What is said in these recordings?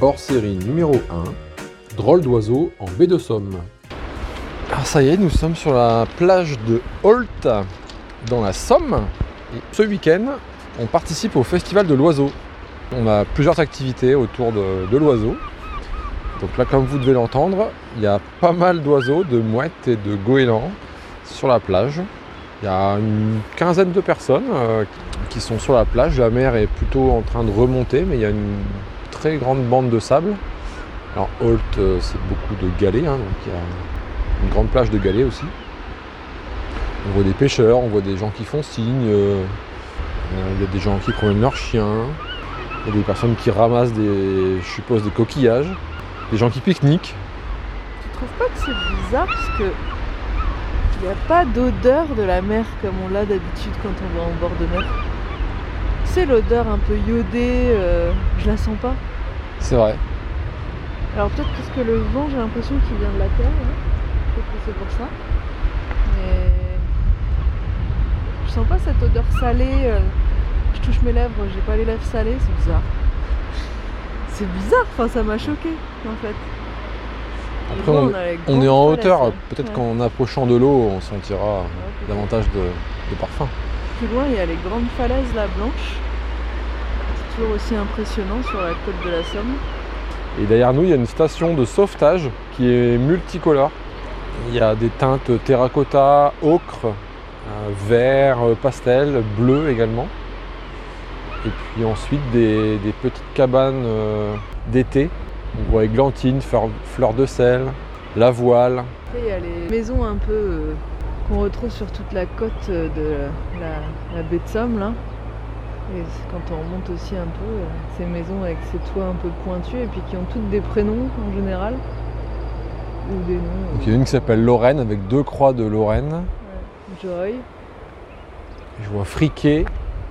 Hors série numéro 1, drôle d'oiseau en baie de Somme. Alors ça y est, nous sommes sur la plage de Holt, dans la Somme. Et ce week-end, on participe au festival de l'oiseau. On a plusieurs activités autour de l'oiseau. Donc là, comme vous devez l'entendre, il y a pas mal d'oiseaux, de mouettes et de goélands sur la plage. Il y a une quinzaine de personnes qui sont sur la plage. La mer est plutôt en train de remonter, mais il y a une très grande bande de sable. Alors Holt, c'est beaucoup de galets, donc il y a une grande plage de galets aussi. On voit des pêcheurs, on voit des gens qui font signe, il y a des gens qui promènent leurs chiens, il y a des personnes qui ramassent des coquillages, des gens qui pique-niquent. Tu trouves pas que c'est bizarre parce que il n'y a pas d'odeur de la mer comme on l'a d'habitude quand on va en bord de mer? C'est l'odeur un peu iodée, je la sens pas. C'est vrai. Alors peut-être parce que le vent, j'ai l'impression qu'il vient de la terre, peut-être que c'est pour ça. Mais je sens pas cette odeur salée. Je touche mes lèvres, j'ai pas les lèvres salées, c'est bizarre. C'est bizarre, enfin ça m'a choqué en fait. Après on est en hauteur, peut-être qu'en approchant de l'eau on sentira davantage de parfum. Plus loin il y a les grandes falaises là blanches. C'est toujours aussi impressionnant sur la côte de la Somme. Et derrière nous il y a une station de sauvetage qui est multicolore. Il y a des teintes terracotta, ocre, vert, pastel, bleu également. Et puis ensuite des petites cabanes d'été. On voit églantines, fleurs de sel, la voile. Il y a les maisons un peu qu'on retrouve sur toute la côte de la baie de Somme là. Et quand on remonte aussi un peu, ces maisons avec ces toits un peu pointus et puis qui ont toutes des prénoms en général. Ou des noms. Donc, il y a une qui s'appelle Lorraine avec 2 croix de Lorraine. Ouais. Joy. Je vois Friquet.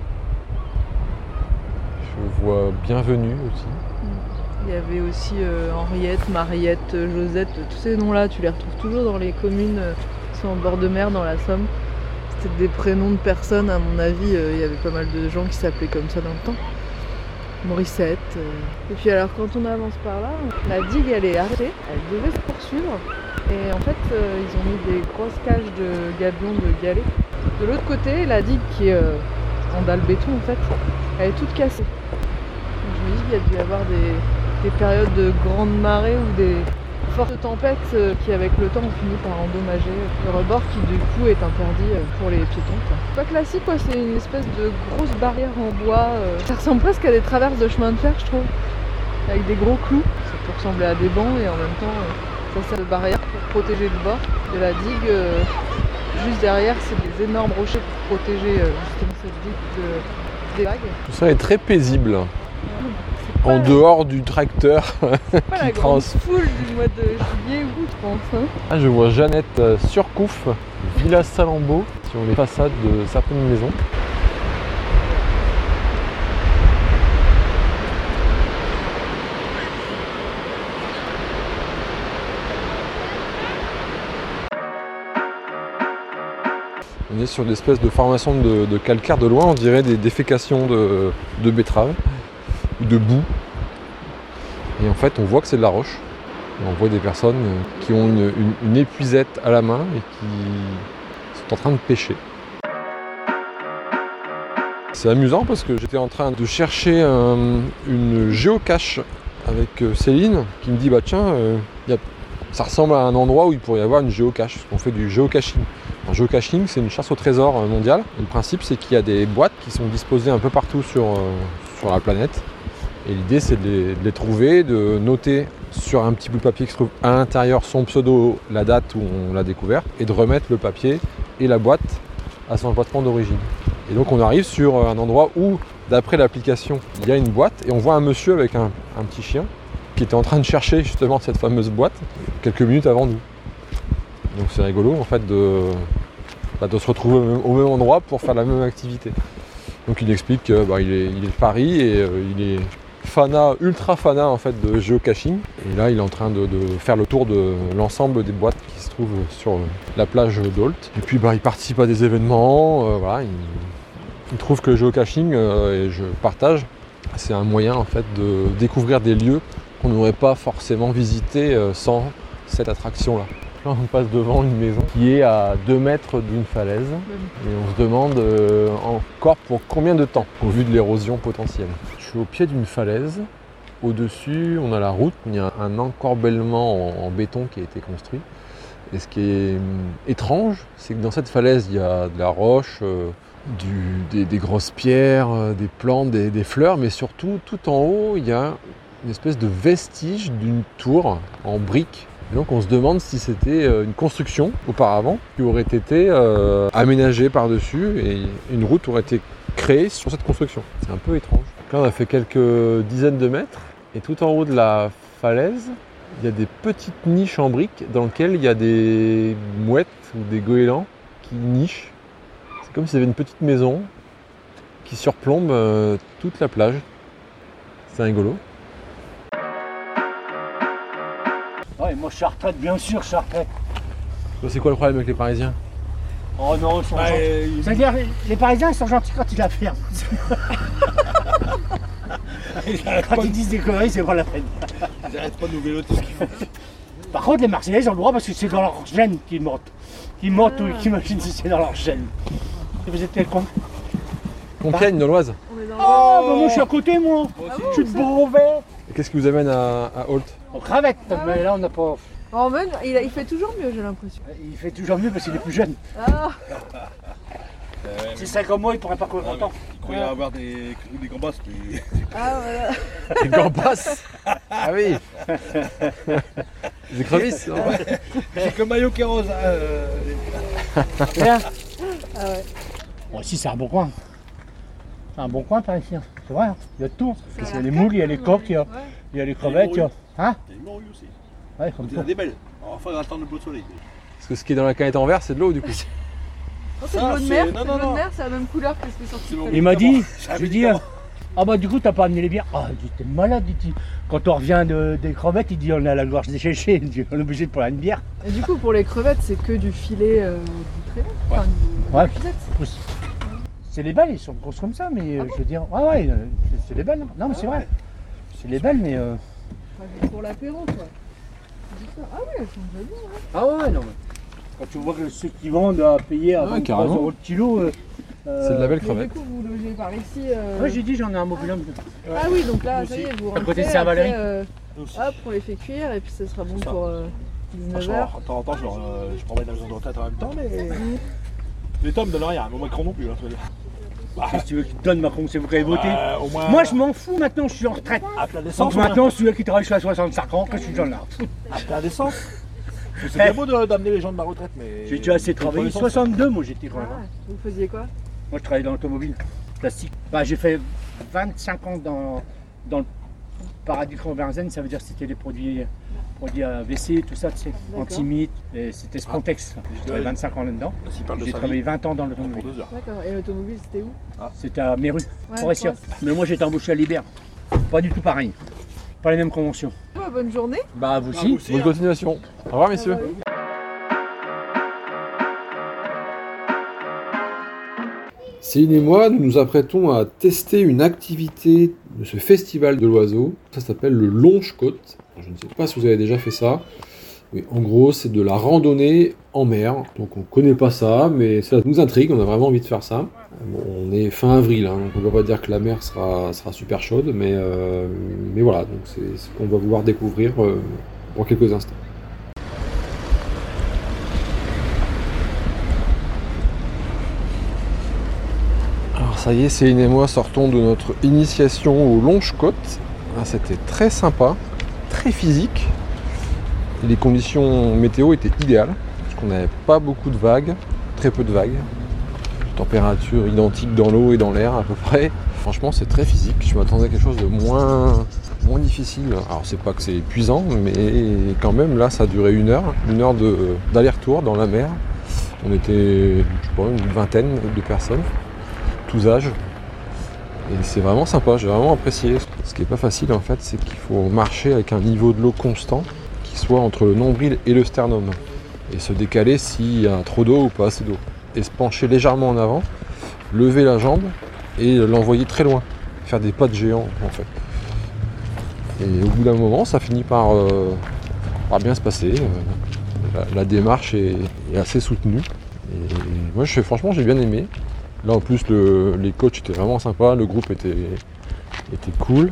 Je vois Bienvenue aussi. Il y avait aussi Henriette, Mariette, Josette, tous ces noms-là, tu les retrouves toujours dans les communes qui sont en bord de mer dans la Somme. C'était des prénoms de personnes, à mon avis, il y avait pas mal de gens qui s'appelaient comme ça dans le temps. Morissette. Et puis alors quand on avance par là, la digue elle est arrêtée, elle devait se poursuivre. Et en fait ils ont mis des grosses cages de gabions, de galets. De l'autre côté, la digue qui est en dalle béton en fait, elle est toute cassée. Donc, je me dis qu'il y a dû y avoir des périodes de grande marée ou des fortes tempêtes qui avec le temps ont fini par endommager le rebord qui du coup est interdit pour les piétons. C'est pas classique quoi, c'est une espèce de grosse barrière en bois. Ça ressemble presque à des traverses de chemin de fer je trouve, avec des gros clous. Ça peut ressembler à des bancs et en même temps ça sert de barrière pour protéger le bord de la digue. Juste derrière c'est des énormes rochers pour protéger justement cette digue des vagues. Tout ça est très paisible. En dehors du tracteur c'est pas la grande foule du mois de juillet août, je pense. Ah, je vois Jeannette Surcouf, Villa Salambeau, sur les façades de certaines maisons. On est sur une espèce de formation de calcaire de loin, on dirait des défécations de betteraves ou de boue. Et en fait, on voit que c'est de la roche. Et on voit des personnes qui ont une épuisette à la main et qui sont en train de pêcher. C'est amusant parce que j'étais en train de chercher une géocache avec Céline qui me dit bah tiens, ça ressemble à un endroit où il pourrait y avoir une géocache, parce qu'on fait du géocaching. Un géocaching, c'est une chasse au trésor mondiale. Le principe, c'est qu'il y a des boîtes qui sont disposées un peu partout sur la planète. Et l'idée, c'est de les trouver, de noter sur un petit bout de papier qui se trouve à l'intérieur son pseudo, la date où on l'a découvert, et de remettre le papier et la boîte à son emplacement d'origine. Et donc on arrive sur un endroit où, d'après l'application, il y a une boîte, et on voit un monsieur avec un petit chien qui était en train de chercher justement cette fameuse boîte quelques minutes avant nous. Donc c'est rigolo en fait de se retrouver au même endroit pour faire la même activité. Donc il explique qu'il est de Paris et il est ultra fanat en fait de géocaching. Et là il est en train de faire le tour de l'ensemble des boîtes qui se trouvent sur la plage d'Holt. Et puis il participe à des événements, il trouve que le géocaching, et je partage, c'est un moyen en fait de découvrir des lieux qu'on n'aurait pas forcément visité sans cette attraction-là. Là, on passe devant une maison qui est à 2 mètres d'une falaise et on se demande encore pour combien de temps au vu de l'érosion potentielle. Je suis au pied d'une falaise. Au-dessus, on a la route, il y a un encorbellement en béton qui a été construit. Et ce qui est étrange, c'est que dans cette falaise, il y a de la roche, des grosses pierres, des plantes, des fleurs, mais surtout, tout en haut, il y a une espèce de vestige d'une tour en briques. Et donc on se demande si c'était une construction auparavant qui aurait été aménagée par-dessus et une route aurait été créée sur cette construction. C'est un peu étrange. Là, on a fait quelques dizaines de mètres et tout en haut de la falaise, il y a des petites niches en briques dans lesquelles il y a des mouettes ou des goélands qui nichent. C'est comme s'il y avait une petite maison qui surplombe toute la plage. C'est rigolo. Ouais, moi je suis à retraite, bien sûr, je suis à retraite. C'est quoi le problème avec les Parisiens? Oh non, ils sont gentils. C'est-à-dire, les Parisiens, ils sont gentils quand ils la ferment. Quand ils disent des conneries, c'est pas la peine. Ils n'arrêtent pas de nous véloter ce qu'ils font. Par contre, les Marseillais, ils ont le droit parce que c'est dans leur gène qu'ils mentent. Qu'ils mentent ou qu'ils imaginent si c'est dans leur gène. Et vous êtes quel coin? Compiègne, dans l'Oise. Oh, bah moi je suis à côté, moi. Je suis de Beauvais. Et qu'est-ce qui vous amène à Holt? On crevette, mais là on n'a pas. Romain, il fait toujours mieux, j'ai l'impression. Il fait toujours mieux parce qu'il est plus jeune. Ah, Si c'est comme moi, il pourrait pas courir longtemps. Il croyait avoir des gambas, mais ah voilà. Les gambas. Ah oui. Des écrevisses. Non, ouais. j'ai que le maillot qui est rose. Bien. Ah ouais. Bon, ici c'est un bon coin. C'est un bon coin par ici. C'est vrai, hein. Il y a de tout. Ça a Il y a l'air les moules, il y a les calme, coques, il ouais. y a les crevettes. Il y a... Hein? Il y a une morue aussi. Ouais, comme Il y tout. en a des belles. Alors, il faudra attendre le beau soleil. Parce que ce qui est dans la canette en verre, c'est de l'eau du coup. Non, c'est de Ça, l'eau de c'est- mer, non, c'est de non, l'eau de non. mer, c'est la même couleur que ce qui est sorti. C'est mon- Il m'a dit, Ah, je lui dis, ah bah du coup t'as pas amené les bières. Ah il dit t'es malade, il dit. Quand on revient des crevettes, il dit on est à la gorge desséchée, il dit, on est obligé de prendre une bière. Et du coup, pour les crevettes, c'est que du filet du trélet. Enfin, du Ouais. filette. C'est les belles, ils sont grosses comme ça, mais je veux dire, ouais, c'est les belles. Non mais c'est vrai. C'est les belles, mais. Enfin, pour l'apéro, quoi. C'est ça. Ah oui, elles sont jolies, ouais. Ah ouais, non mais. Quand tu vois que ceux qui vendent à payer à 23 carrément. € le kilo. C'est de la belle Mais crevette. du coup, vous logez par ici. Ouais, j'ai dit j'en ai un mobilhome. Ah oui, donc là, Nous ça y aussi. est, vous À rentrez. côté de Saint-Valéry. après, Nous aussi. hop, on les fait cuire et puis ce sera bon C'est ça. pour Franchement, 19h. de temps en temps, je promets la maison de retraite en même temps, mais les tomes donnent rien, mais au Macron non plus. Hein, Qu'est-ce que tu veux qu'il te donne Macron, c'est vous qui avez voté. au moins, Moi je m'en fous maintenant, je suis en retraite. à plein Donc d'essence. maintenant, celui qui travaille jusqu'à 65 ans, qu'est-ce que je donne là? À plein d'essence. C'est bien beau d'amener les gens de ma retraite, mais. J'ai déjà assez travaillé. 62 moi j'étais quand même. Ah, vous faisiez quoi? Moi je travaillais dans l'automobile, plastique. Bah, j'ai fait 25 ans dans le paradis Converzen, ça veut dire que c'était des produits à WC, tout ça, tu sais, D'accord. anti-mythe, et c'était Spontex. J'ai travaillé 25 ans là-dedans. S'il parle de J'ai sa travaillé vie, 20 ans dans pour l'automobile. 2 heures. D'accord. Et l'automobile, c'était où? C'était à Méru, Ouais, Forestière. ouais. Mais moi j'étais embauché à Libère. Pas du tout pareil. Pas les mêmes conventions. Ouais, bonne journée. Bah vous Ah, aussi. vous aussi, Bonne hein. continuation. Au revoir messieurs. Céline et moi, nous nous apprêtons à tester une activité de ce festival de l'oiseau. Ça s'appelle le Longe-Côte. Je ne sais pas si vous avez déjà fait ça. Mais en gros, c'est de la randonnée en mer. Donc on ne connaît pas ça, mais ça nous intrigue. On a vraiment envie de faire ça. Bon, on est fin avril, hein, donc on ne va pas dire que la mer sera super chaude. Mais voilà, donc c'est ce qu'on va pouvoir découvrir dans quelques instants. Alors ça y est, Céline et moi sortons de notre initiation au Longe-Côte. Ah, c'était très sympa, très physique. Et les conditions météo étaient idéales, parce qu'on n'avait pas beaucoup de vagues, très peu de vagues. Température identique dans l'eau et dans l'air à peu près. Franchement, c'est très physique. Je m'attendais à quelque chose de moins difficile. Alors c'est pas que c'est épuisant, mais quand même là ça a duré une heure d'aller-retour dans la mer. On était, je sais pas, une vingtaine de personnes, tous âges. Et c'est vraiment sympa, j'ai vraiment apprécié. Ce qui n'est pas facile en fait, c'est qu'il faut marcher avec un niveau de l'eau constant qui soit entre le nombril et le sternum. Et se décaler s'il y a trop d'eau ou pas assez d'eau. Et se pencher légèrement en avant, lever la jambe et l'envoyer très loin. Faire des pas de géant en fait. Et au bout d'un moment, ça finit par bien se passer. La démarche est assez soutenue. Et moi, franchement, j'ai bien aimé. Là, en plus, les coachs étaient vraiment sympas, le groupe était cool.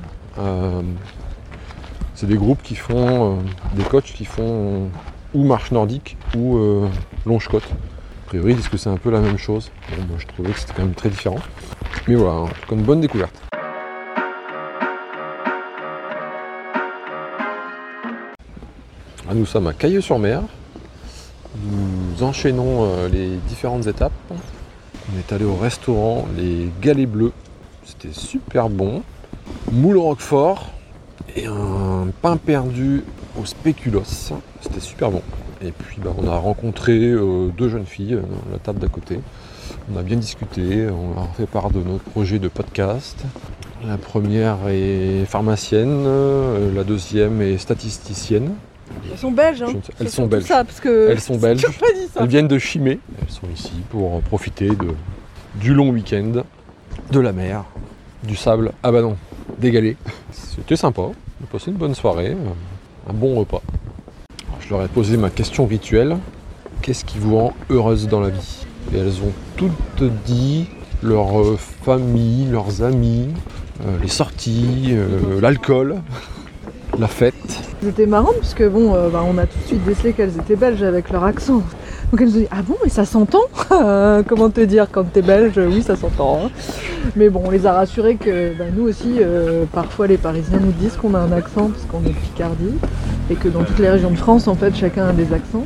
C'est des groupes qui font, des coachs qui font ou marche nordique ou longe-côte. A priori, ils disent que c'est un peu la même chose. Bon, moi, je trouvais que c'était quand même très différent. Mais voilà, en tout cas, une bonne découverte. Nous sommes à Cailleux-sur-Mer. Nous enchaînons les différentes étapes. On est allé au restaurant Les Galets Bleus. C'était super bon. Moule roquefort et un pain perdu au spéculoos. C'était super bon. Et puis on a rencontré 2 jeunes filles à la table d'à côté. On a bien discuté, on a fait part de notre projet de podcast. La première est pharmacienne, la deuxième est statisticienne. Elles sont belges, hein. Elles sont belges. Ça, parce que elles sont belges. pas dit ça. Elles viennent de Chimay. Elles sont ici pour profiter du long week-end, de la mer, du sable. Ah bah non, des galets. C'était sympa. On a passé une bonne soirée, un bon repas. Alors, je leur ai posé ma question rituelle. Qu'est-ce qui vous rend heureuse dans la vie? Et elles ont toutes dit leur famille, leurs amis, les sorties, l'alcool, la fête. C'était marrant parce que on a tout de suite décelé qu'elles étaient belges avec leur accent. Donc elles nous ont dit ah bon mais ça s'entend. Comment te dire quand t'es belge, oui ça s'entend. Hein. Mais bon on les a rassurés que nous aussi parfois les Parisiens nous disent qu'on a un accent parce qu'on est de Picardie et que dans toutes les régions de France en fait chacun a des accents.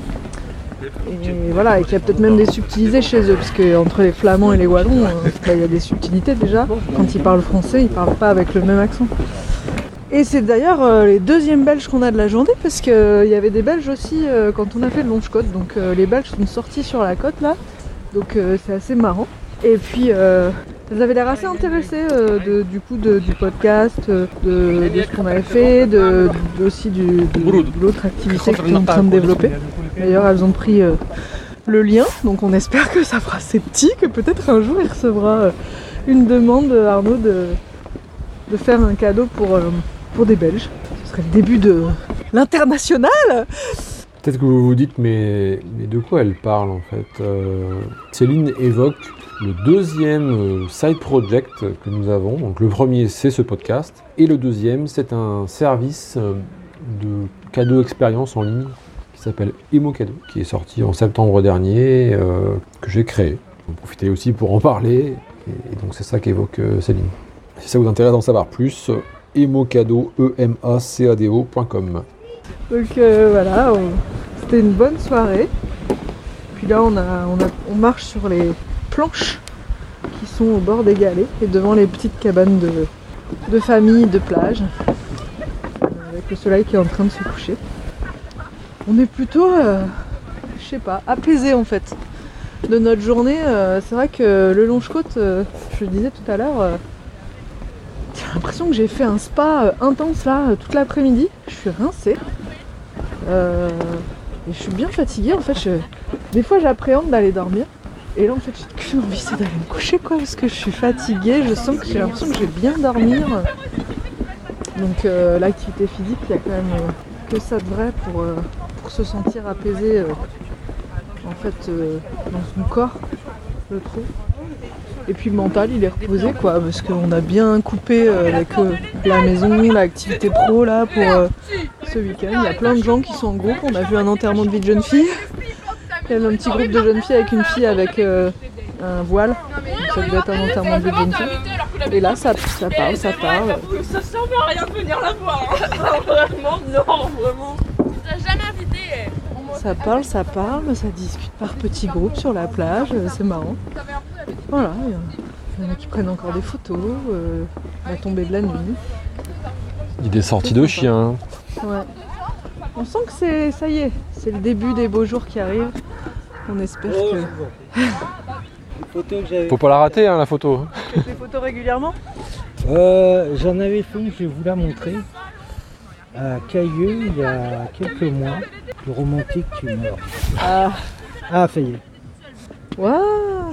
Et voilà, et qu'il y a peut-être même des subtilités chez eux, parce qu'entre les Flamands et les Wallons, il y a des subtilités déjà. Quand ils parlent français, ils parlent pas avec le même accent. Et c'est d'ailleurs les deuxièmes Belges qu'on a de la journée, parce qu'il y avait des Belges aussi quand on a fait le longe-côte. Donc les Belges sont sortis sur la côte là, donc c'est assez marrant. Et puis elles avaient l'air assez intéressées du podcast, de ce qu'on avait fait, aussi de l'autre activité qu'on est en train de développer. D'ailleurs elles ont pris le lien, donc on espère que ça fera assez petit, que peut-être un jour il recevra une demande Arnaud de faire un cadeau pour des Belges. Ce serait le début de l'international. Peut-être que vous vous dites mais de quoi elle parle en fait. Céline évoque le deuxième side project que nous avons. Donc le premier c'est ce podcast et le deuxième c'est un service de cadeau expérience en ligne qui s'appelle Emocado, qui est sorti en septembre dernier, que j'ai créé. On va profiter aussi pour en parler et donc c'est ça qu'évoque Céline. Si ça vous intéresse d'en savoir plus, emocado, emacado.com. Donc voilà, c'était une bonne soirée. Puis là on marche sur les planches qui sont au bord des galets et devant les petites cabanes de famille, de plage, avec le soleil qui est en train de se coucher. On est plutôt, apaisé en fait de notre journée. C'est vrai que le longe-côte, je le disais tout à l'heure, j'ai l'impression que j'ai fait un spa intense là toute l'après-midi. Je suis rincée. Et je suis bien fatiguée en fait. Des fois j'appréhende d'aller dormir. Et là en fait j'ai qu'une envie, c'est d'aller me coucher quoi, parce que je suis fatiguée. J'ai l'impression que je vais bien dormir. Donc l'activité physique, il y a quand même que ça de vrai pour se sentir apaisé en fait dans son corps, je trouve. Et puis le mental il est reposé quoi, parce qu'on a bien coupé avec la maison, l'activité pro là pour ce week-end. Il y a plein de gens qui sont en groupe, on a vu un enterrement de vie de jeune fille. Il y a un petit groupe de jeunes filles avec une fille avec un voile, donc ça devait être un enterrement de vie de jeune fille. Et là ça parle. Ça servait à rien de venir la voir, hein. Vraiment, non, vraiment. Tu t'as jamais invité. Ça parle, ça discute par petits groupes sur la plage, c'est marrant. Voilà, il y en a qui prennent encore des photos, la tombée de la nuit. Il y a des sorties de chiens. Ouais. On sent que ça y est, c'est le début des beaux jours qui arrivent. On espère que... Faut pas la rater hein, la photo. Tu fais des photos régulièrement ? J'en avais fait une, je vais vous la montrer. À Cailleux, il y a quelques mois. Le romantique, tu meurs. Ah, ça y est. Waouh !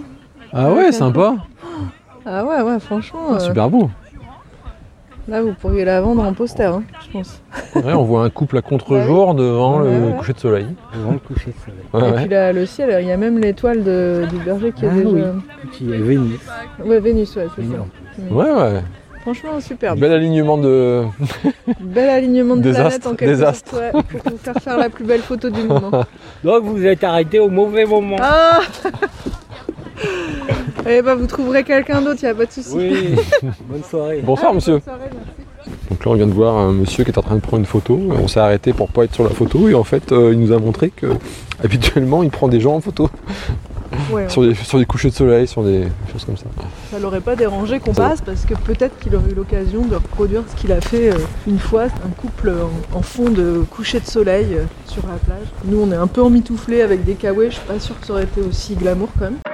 Ah ouais, sympa. Ah ouais, franchement. Super beau. Là, vous pourriez la vendre en poster. Hein. pense. Ouais, on voit un couple à contre-jour devant le Ouais. coucher de soleil. Avant le coucher de soleil. Ouais, Et ouais. puis là, le ciel, il y a même l'étoile du berger qui est Ah déjà... oui, qui est Vénus. Ouais, Vénus, ouais, c'est Énorme. ça. Ouais, ouais. Franchement, superbe. Bel alignement de. Bel alignement de Des planètes astres, en quelque des sorte, astres. ouais, pour vous faire la plus belle photo du monde. Hein. Donc vous êtes arrêté au mauvais moment. Ah Eh ben, vous trouverez quelqu'un d'autre, il n'y a pas de souci. Oui, bonne soirée. Bonsoir, monsieur. Bonne soirée, merci. Donc là, on vient de voir un monsieur qui est en train de prendre une photo. On s'est arrêté pour pas être sur la photo et en fait, il nous a montré que habituellement, il prend des gens en photo Ouais, sur des couchers de soleil, sur des choses comme ça. ça l'aurait pas dérangé qu'on passe parce que peut-être qu'il aurait eu l'occasion de reproduire ce qu'il a fait une fois, un couple en fond de coucher de soleil sur la plage. Nous, on est un peu emmitouflés avec des kawaii, je suis pas sûre que ça aurait été aussi glamour quand même.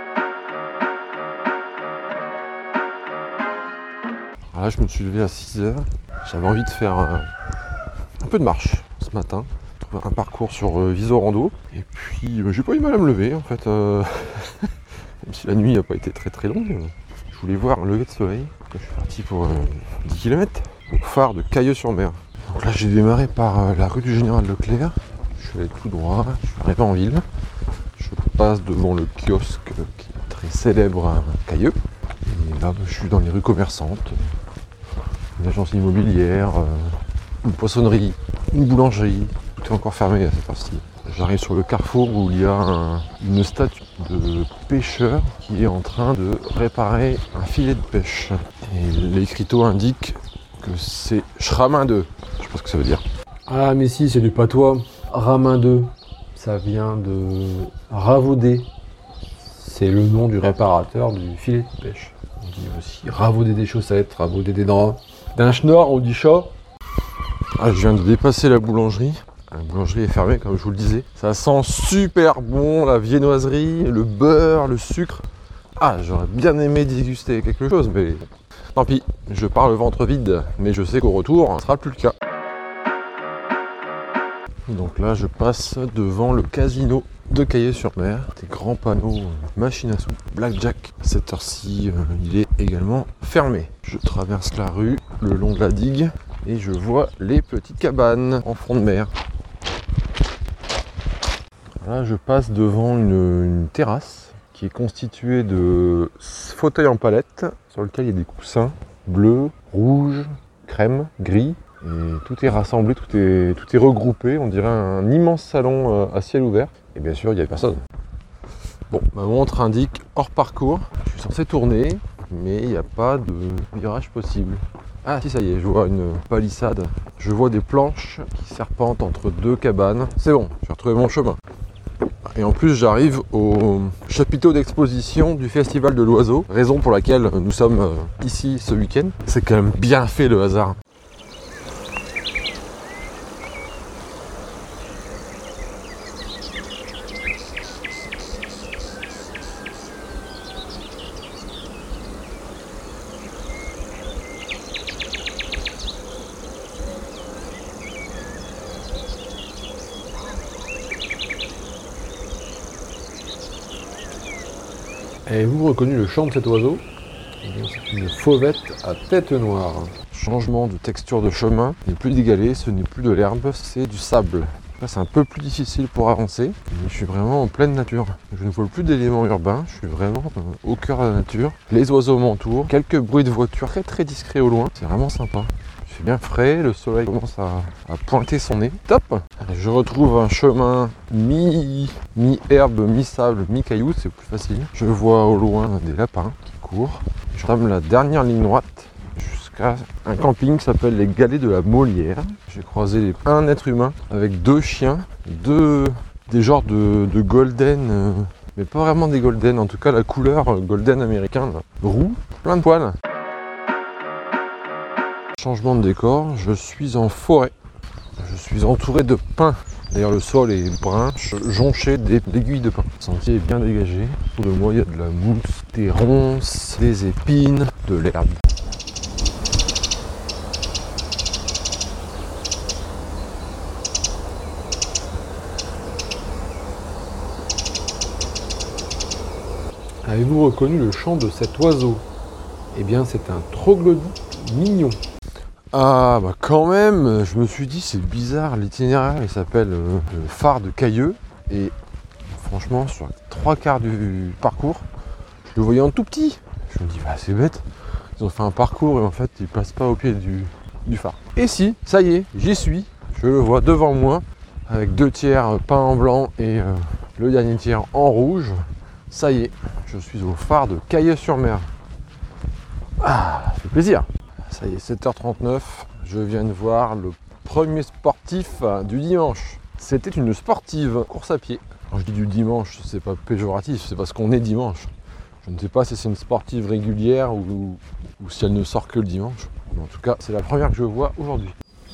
Alors là, je me suis levé à 6h. J'avais envie de faire un peu de marche ce matin. Trouver un parcours sur Visorando. Et puis, j'ai pas eu mal à me lever en fait. Même si la nuit n'a pas été très très longue. Je voulais voir un lever de soleil. Je suis parti pour 10 km au phare de Cailleux-sur-Mer. Donc là, j'ai démarré par la rue du Général Leclerc. Je suis allé tout droit. Je suis arrivé en ville. Je passe devant le kiosque qui est très célèbre à Cailleux. Et là, je suis dans les rues commerçantes. Une agence immobilière, une poissonnerie, une boulangerie. Tout est encore fermé à cette heure-ci. J'arrive sur le carrefour où il y a une statue de pêcheur qui est en train de réparer un filet de pêche. Et l'écriteau indique que c'est Ramin 2. Je sais pas ce que ça veut dire. Ah mais si, c'est du patois. Ramin 2, ça vient de ravauder. C'est le nom du réparateur du filet de pêche. On dit aussi ravauder des chaussettes, ravauder des draps. D'un schnorr, on dit chat. Ah, je viens de dépasser la boulangerie. La boulangerie est fermée, comme je vous le disais. Ça sent super bon, la viennoiserie, le beurre, le sucre. Ah, j'aurais bien aimé déguster quelque chose, mais tant pis. Je pars le ventre vide, mais je sais qu'au retour, ce sera plus le cas. Donc là, je passe devant le casino de Cailleux-sur-Mer. Des grands panneaux, machine à sous, blackjack. À cette heure-ci, il est également fermé. Je traverse la rue, le long de la digue, et je vois les petites cabanes en front de mer. Là, je passe devant une terrasse qui est constituée de fauteuils en palette sur lequel il y a des coussins bleus, rouges, crème, gris. Et tout est rassemblé, tout est regroupé. On dirait un immense salon à ciel ouvert. Et bien sûr, il n'y avait personne. Bon, ma montre indique hors parcours. Je suis censé tourner, mais il n'y a pas de virage possible. Ah si, ça y est, je vois une palissade. Je vois des planches qui serpentent entre deux cabanes. C'est bon, j'ai retrouvé mon chemin. Et en plus, j'arrive au chapiteau d'exposition du Festival de l'Oiseau, raison pour laquelle nous sommes ici ce week-end. C'est quand même bien fait le hasard. Avez-vous reconnu le chant de cet oiseau? C'est une fauvette à tête noire. Changement de texture de chemin, ce n'est plus d'égalé, ce n'est plus de l'herbe, c'est du sable. Là, c'est un peu plus difficile pour avancer, mais je suis vraiment en pleine nature. Je ne vois plus d'éléments urbains, je suis vraiment au cœur de la nature. Les oiseaux m'entourent, quelques bruits de voiture très très discrets au loin, c'est vraiment sympa. Il fait bien frais, le soleil commence à pointer son nez. Top! Je retrouve un chemin mi-herbe, mi-sable, mi-caillou, c'est plus facile. Je vois au loin des lapins qui courent. J'entame la dernière ligne droite jusqu'à un camping qui s'appelle les Galets de la Molière. J'ai croisé un être humain avec deux chiens, des genres de golden, mais pas vraiment des golden, en tout cas la couleur golden américain, là. Roux, plein de poils. Changement de décor, je suis en forêt. Je suis entouré de pins. D'ailleurs le sol est brun, jonché d'aiguilles de pin. Le sentier est bien dégagé. Autour de moi il y a de la mousse, des ronces, des épines, de l'herbe. Avez-vous reconnu le chant de cet oiseau? Eh bien c'est un troglodyte mignon. Ah bah quand même, je me suis dit c'est bizarre, l'itinéraire il s'appelle le phare de Cailleux et franchement sur 3/4 du parcours, je le voyais en tout petit. Je me dis bah c'est bête, ils ont fait un parcours et en fait ils passent pas au pied du phare. Et si, ça y est, j'y suis, je le vois devant moi avec 2 tiers peints en blanc et le dernier tiers en rouge. Ça y est, je suis au phare de Cailleux-sur-Mer. Ah, ça fait plaisir. Ça y est, 7h39, je viens de voir le premier sportif du dimanche. C'était une sportive course à pied. Quand je dis du dimanche, c'est pas péjoratif, c'est parce qu'on est dimanche. Je ne sais pas si c'est une sportive régulière ou si elle ne sort que le dimanche. Mais en tout cas, c'est la première que je vois aujourd'hui.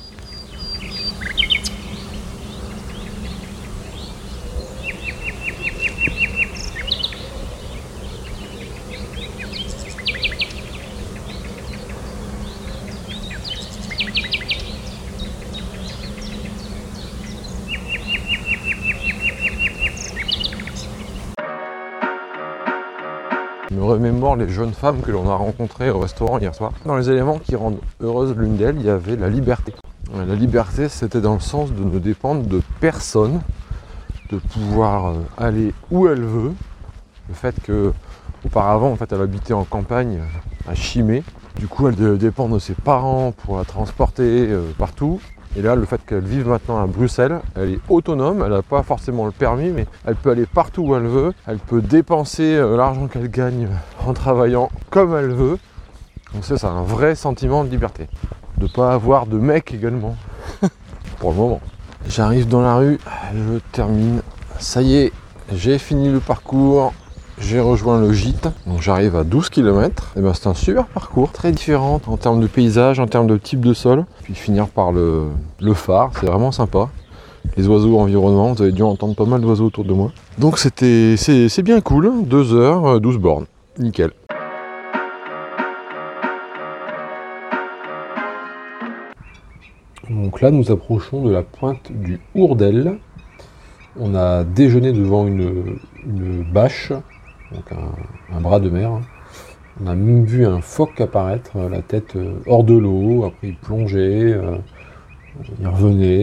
Je me remémore les jeunes femmes que l'on a rencontrées au restaurant hier soir. Dans les éléments qui rendent heureuse l'une d'elles, il y avait la liberté. La liberté, c'était dans le sens de ne dépendre de personne, de pouvoir aller où elle veut. Le fait qu'auparavant, en fait, elle habitait en campagne à Chimay. Du coup, elle devait dépendre de ses parents pour la transporter partout. Et là, le fait qu'elle vive maintenant à Bruxelles, elle est autonome, elle n'a pas forcément le permis, mais elle peut aller partout où elle veut. Elle peut dépenser l'argent qu'elle gagne en travaillant comme elle veut. Donc ça, c'est un vrai sentiment de liberté. De ne pas avoir de mec également, pour le moment. J'arrive dans la rue, je termine. Ça y est, j'ai fini le parcours. J'ai rejoint le gîte, donc j'arrive à 12 km. Et ben c'est un super parcours, très différent en termes de paysage, en termes de type de sol. Puis finir par le phare, c'est vraiment sympa. Les oiseaux environnants, vous avez dû entendre pas mal d'oiseaux autour de moi. Donc c'est bien cool, 2 heures, 12 bornes, nickel. Donc là nous approchons de la pointe du Hourdel. On a déjeuné devant une bâche. Donc un bras de mer. On a même vu un phoque apparaître, la tête hors de l'eau, après il plongeait, il revenait,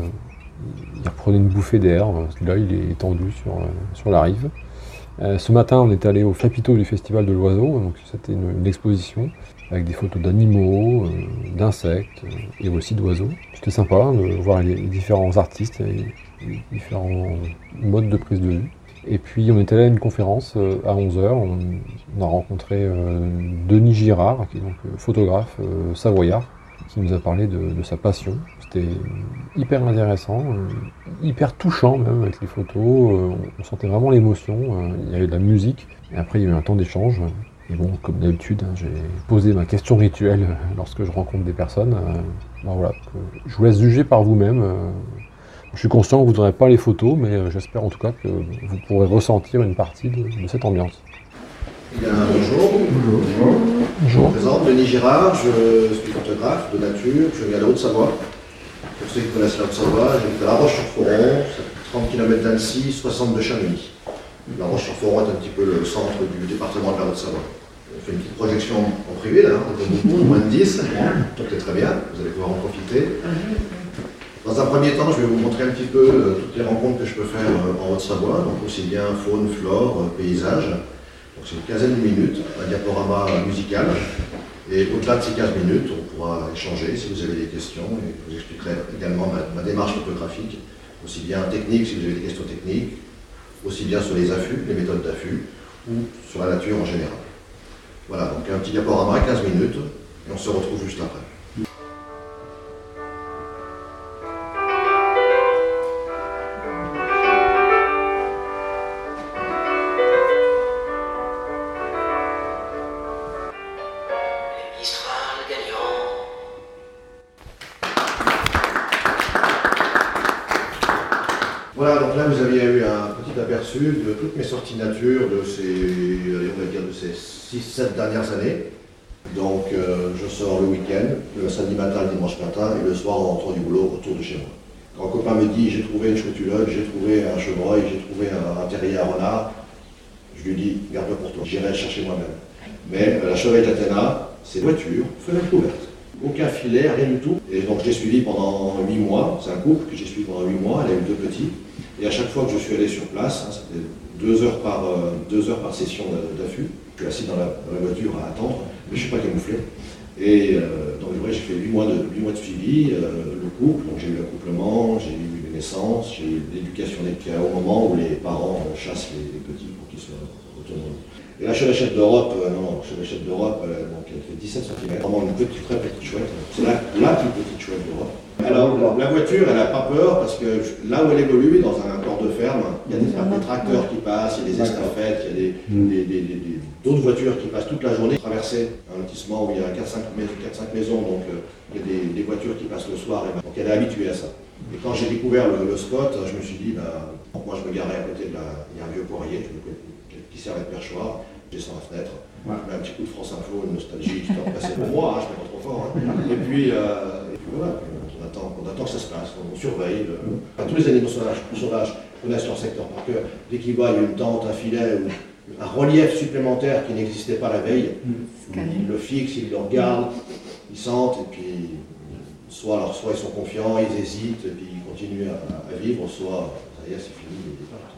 il reprenait une bouffée d'air, là il est étendu sur la rive. Ce matin on est allé au chapiteau du Festival de l'Oiseau, donc c'était une exposition avec des photos d'animaux, d'insectes et aussi d'oiseaux. C'était sympa de voir les différents artistes et les différents modes de prise de vue. Et puis on est allé à une conférence à 11h, on a rencontré Denis Girard, qui est donc photographe savoyard, qui nous a parlé de sa passion. C'était hyper intéressant, hyper touchant même avec les photos, on sentait vraiment l'émotion, il y avait de la musique, et après il y a eu un temps d'échange. Et bon, comme d'habitude, j'ai posé ma question rituelle lorsque je rencontre des personnes. Ben voilà, je vous laisse juger par vous-même. Je suis conscient que vous n'aurez pas les photos, mais j'espère en tout cas que vous pourrez ressentir une partie de cette ambiance. Bien, bonjour. Bonjour. Je me présente, Denis Girard, je suis photographe de nature, je viens de Haute-Savoie. Pour ceux qui connaissent la Haute-Savoie, j'habite à La Roche-sur-Foron, 30 km d'Annecy, 60 de Chamonix. La Roche-sur-Foron est un petit peu le centre du département de la Haute-Savoie. On fait une petite projection en privé, là, on est beaucoup, moins de 10, donc c'est très bien, vous allez pouvoir en profiter. Dans un premier temps, je vais vous montrer un petit peu toutes les rencontres que je peux faire en Haute-Savoie, donc aussi bien faune, flore, paysage. Donc c'est une quinzaine de minutes, un diaporama musical. Et au-delà de ces 15 minutes, on pourra échanger si vous avez des questions. Et je vous expliquerai également ma démarche photographique, aussi bien technique si vous avez des questions techniques, aussi bien sur les affûts, les méthodes d'affût, ou sur la nature en général. Voilà, donc un petit diaporama, 15 minutes, et on se retrouve juste après. Voilà, donc là vous aviez eu un petit aperçu de toutes mes sorties nature de ces 6-7 dernières années. Donc je sors le week-end, le samedi matin, le dimanche matin et le soir en rentrant du boulot autour de chez moi. Quand un copain me dit j'ai trouvé une choutulogue, j'ai trouvé un chevreuil, j'ai trouvé un terrier à renard, je lui dis garde-le pour toi, j'irai le chercher moi-même. Mais la chevreuil d'Athéna, c'est voiture, fenêtre ouverte. Aucun filet, rien du tout. Et donc je l'ai suivi pendant 8 mois. C'est un couple que j'ai suivi pendant 8 mois. Elle a eu 2 petits. Et à chaque fois que je suis allé sur place, c'était 2 heures par session d'affût. Je suis assis dans la voiture à attendre, mais je ne suis pas camouflé. Et donc ouais, j'ai fait 8 mois de suivi, le couple. Donc j'ai eu l'accouplement, j'ai eu les naissances, j'ai eu l'éducation des cas au moment où les parents chassent les petits pour qu'ils soient autonomes. Et la chevêchette d'Europe, la chevêchette d'Europe, donc elle fait 17 cm, vraiment une petite, très petite chouette. C'est la plus petite chouette d'Europe. Alors la voiture, elle n'a pas peur parce que là où elle évolue, dans un corps de ferme, il y a des tracteurs qui passent, il y a des estafettes, il y a d'autres voitures qui passent toute la journée. Traverser un lotissement où il y a 4-5 maisons, donc il y a des voitures qui passent le soir, donc elle est habituée à ça. Et quand j'ai découvert le spot, je me suis dit, moi je me garais à côté il y a un vieux poirier qui sert de perchoir, j'ai sur la fenêtre, je mets un petit coup de France Info, une nostalgie, tu peux repasser pour moi, je ne suis pas trop fort. Et puis voilà, on attend que ça se passe, on surveille. Tous les animaux sauvages connaissent leur secteur par cœur. Dès qu'ils voient une tente, un filet ou un relief supplémentaire qui n'existait pas la veille, ils le fixent, ils le regardent, ils sentent, et puis soit ils sont confiants, ils hésitent, et puis ils continuent à vivre, soit ça y est, c'est fini, ils partent.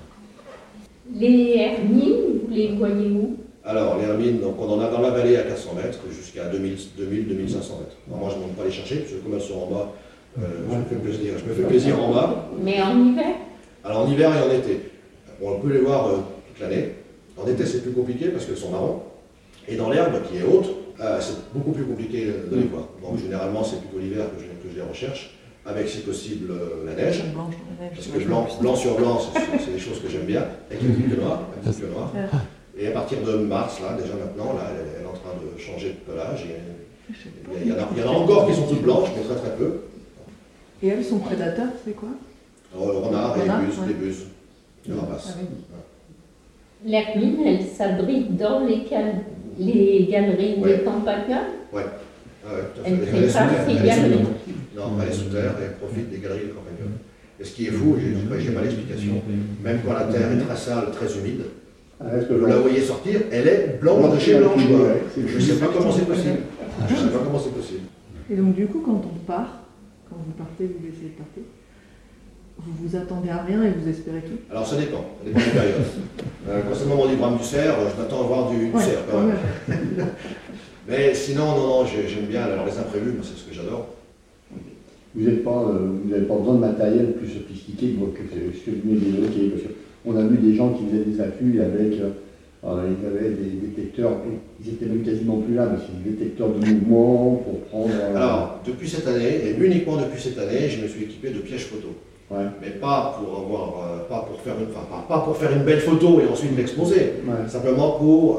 Les hermines, vous les voyez où? Alors, les hermines, donc on en a dans la vallée à 400 mètres jusqu'à 2000-2500 mètres. Alors, moi, je ne monte pas les chercher, parce que comme elles sont en bas, je me fais plaisir en bas. Mais en hiver? Alors, en hiver et en été. On peut les voir toute l'année. En été, c'est plus compliqué parce qu'elles sont marrons. Et dans l'herbe, qui est haute, c'est beaucoup plus compliqué de les voir. Donc, généralement, c'est plutôt l'hiver que je les recherche, avec, si possible, la neige. Parce que blanc sur blanc, c'est des choses que j'aime bien, avec un petit peu noir. Et à partir de mars, là, déjà maintenant, là, elle est en train de changer de pelage. Il y en a encore qui sont toutes blanches, mais très très peu. Et elles, sont prédateurs, c'est quoi? Le renard et les buses, les rapaces. L'hermine, elle s'abrite dans les galeries des campagnols? Oui, tout à fait. Elle prépare ses galeries? Non, elle est sous terre et elle profite des galeries des campagnols. Et ce qui est fou, j'ai pas l'explication, même quand la terre est très sale, très humide, vous la voyez sortir, elle est blanche de chez blanche. Je ne sais pas comment c'est possible. Et donc du coup, quand on part, quand vous partez, vous essayez de partir, vous vous attendez à rien et vous espérez tout? Alors ça dépend des périodes. Quand c'est le moment du brame du cerf, je m'attends à voir du cerf quand même. Mais sinon, non, j'aime bien alors, les imprévus, c'est ce que j'adore. Vous n'avez pas besoin de matériel plus sophistiqué que ce que vous venez d'évoquer, parce qu'on a vu des gens qui faisaient des affûts avec, ils avaient des détecteurs, ils étaient même quasiment plus là, mais c'est des détecteurs de mouvement pour prendre... Alors, depuis cette année, et uniquement depuis cette année, je me suis équipé de pièges photo. Ouais. Mais pas pour faire une belle photo et ensuite l'exposer, simplement pour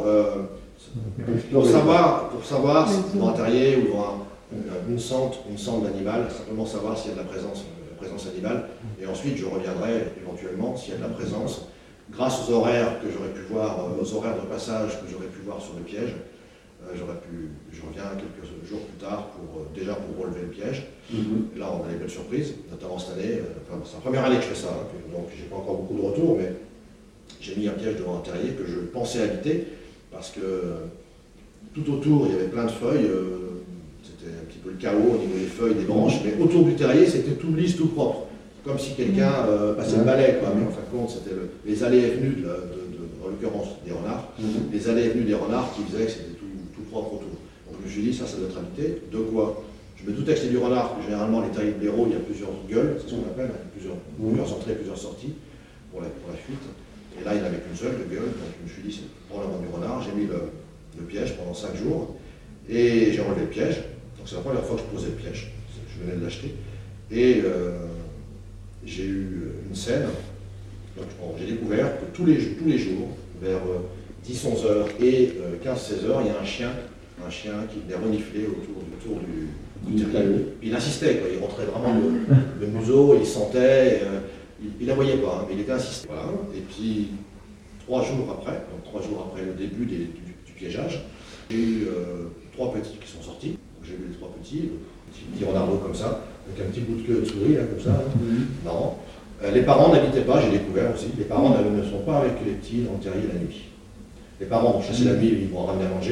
savoir si dans un terrier ou dans une cente d'animal, simplement savoir s'il y a de la présence animale, et ensuite je reviendrai éventuellement s'il y a de la présence, grâce aux horaires que j'aurais pu voir, aux horaires de passage que j'aurais pu voir sur le piège. Je reviens quelques jours plus tard déjà pour relever le piège. Et là, on a des belles surprises, notamment cette année. C'est la première année que je fais ça, donc j'ai pas encore beaucoup de retours, mais j'ai mis un piège devant un terrier que je pensais habiter, parce que tout autour, il y avait plein de feuilles. C'était un petit peu le chaos au niveau des feuilles, des branches, mais autour du terrier, c'était tout lisse, tout propre. Comme si quelqu'un passait le balai, quoi. Mais en fin de compte, c'était les allées et venues, en l'occurrence des renards, les allées et venues des renards qui faisaient que c'était tout propre autour. Donc je me suis dit, ça doit être habité. De quoi? Je me doutais que c'était du renard, généralement les terriers de blaireau, il y a plusieurs gueules, c'est ce qu'on appelle, plusieurs entrées, plusieurs sorties pour la fuite. Et là, il n'y avait qu'une seule de gueule, donc je me suis dit, c'est probablement du renard. J'ai mis le piège pendant 5 jours, et j'ai enlevé le piège. Donc c'est la première fois que je posais le piège, je venais de l'acheter. Et j'ai eu une scène, donc j'ai découvert que tous les jours, vers 10-11 heures et 15-16 heures, il y a un chien qui venait renifler autour du terrier. Puis il insistait, quoi. Il rentrait vraiment le museau, il sentait, il la voyait pas, hein, mais il était insisté. Voilà. Et puis 3 jours après le début du piégeage, j'ai eu 3 petits qui sont sortis. J'ai vu les 3 petits, petits renardeaux comme ça, avec un petit bout de queue de souris, là, comme ça. Non. Les parents n'habitaient pas, j'ai découvert aussi, les parents ne sont pas avec les petits dans le terrier la nuit. Les parents vont chasser la nuit, ils vont ramener à manger,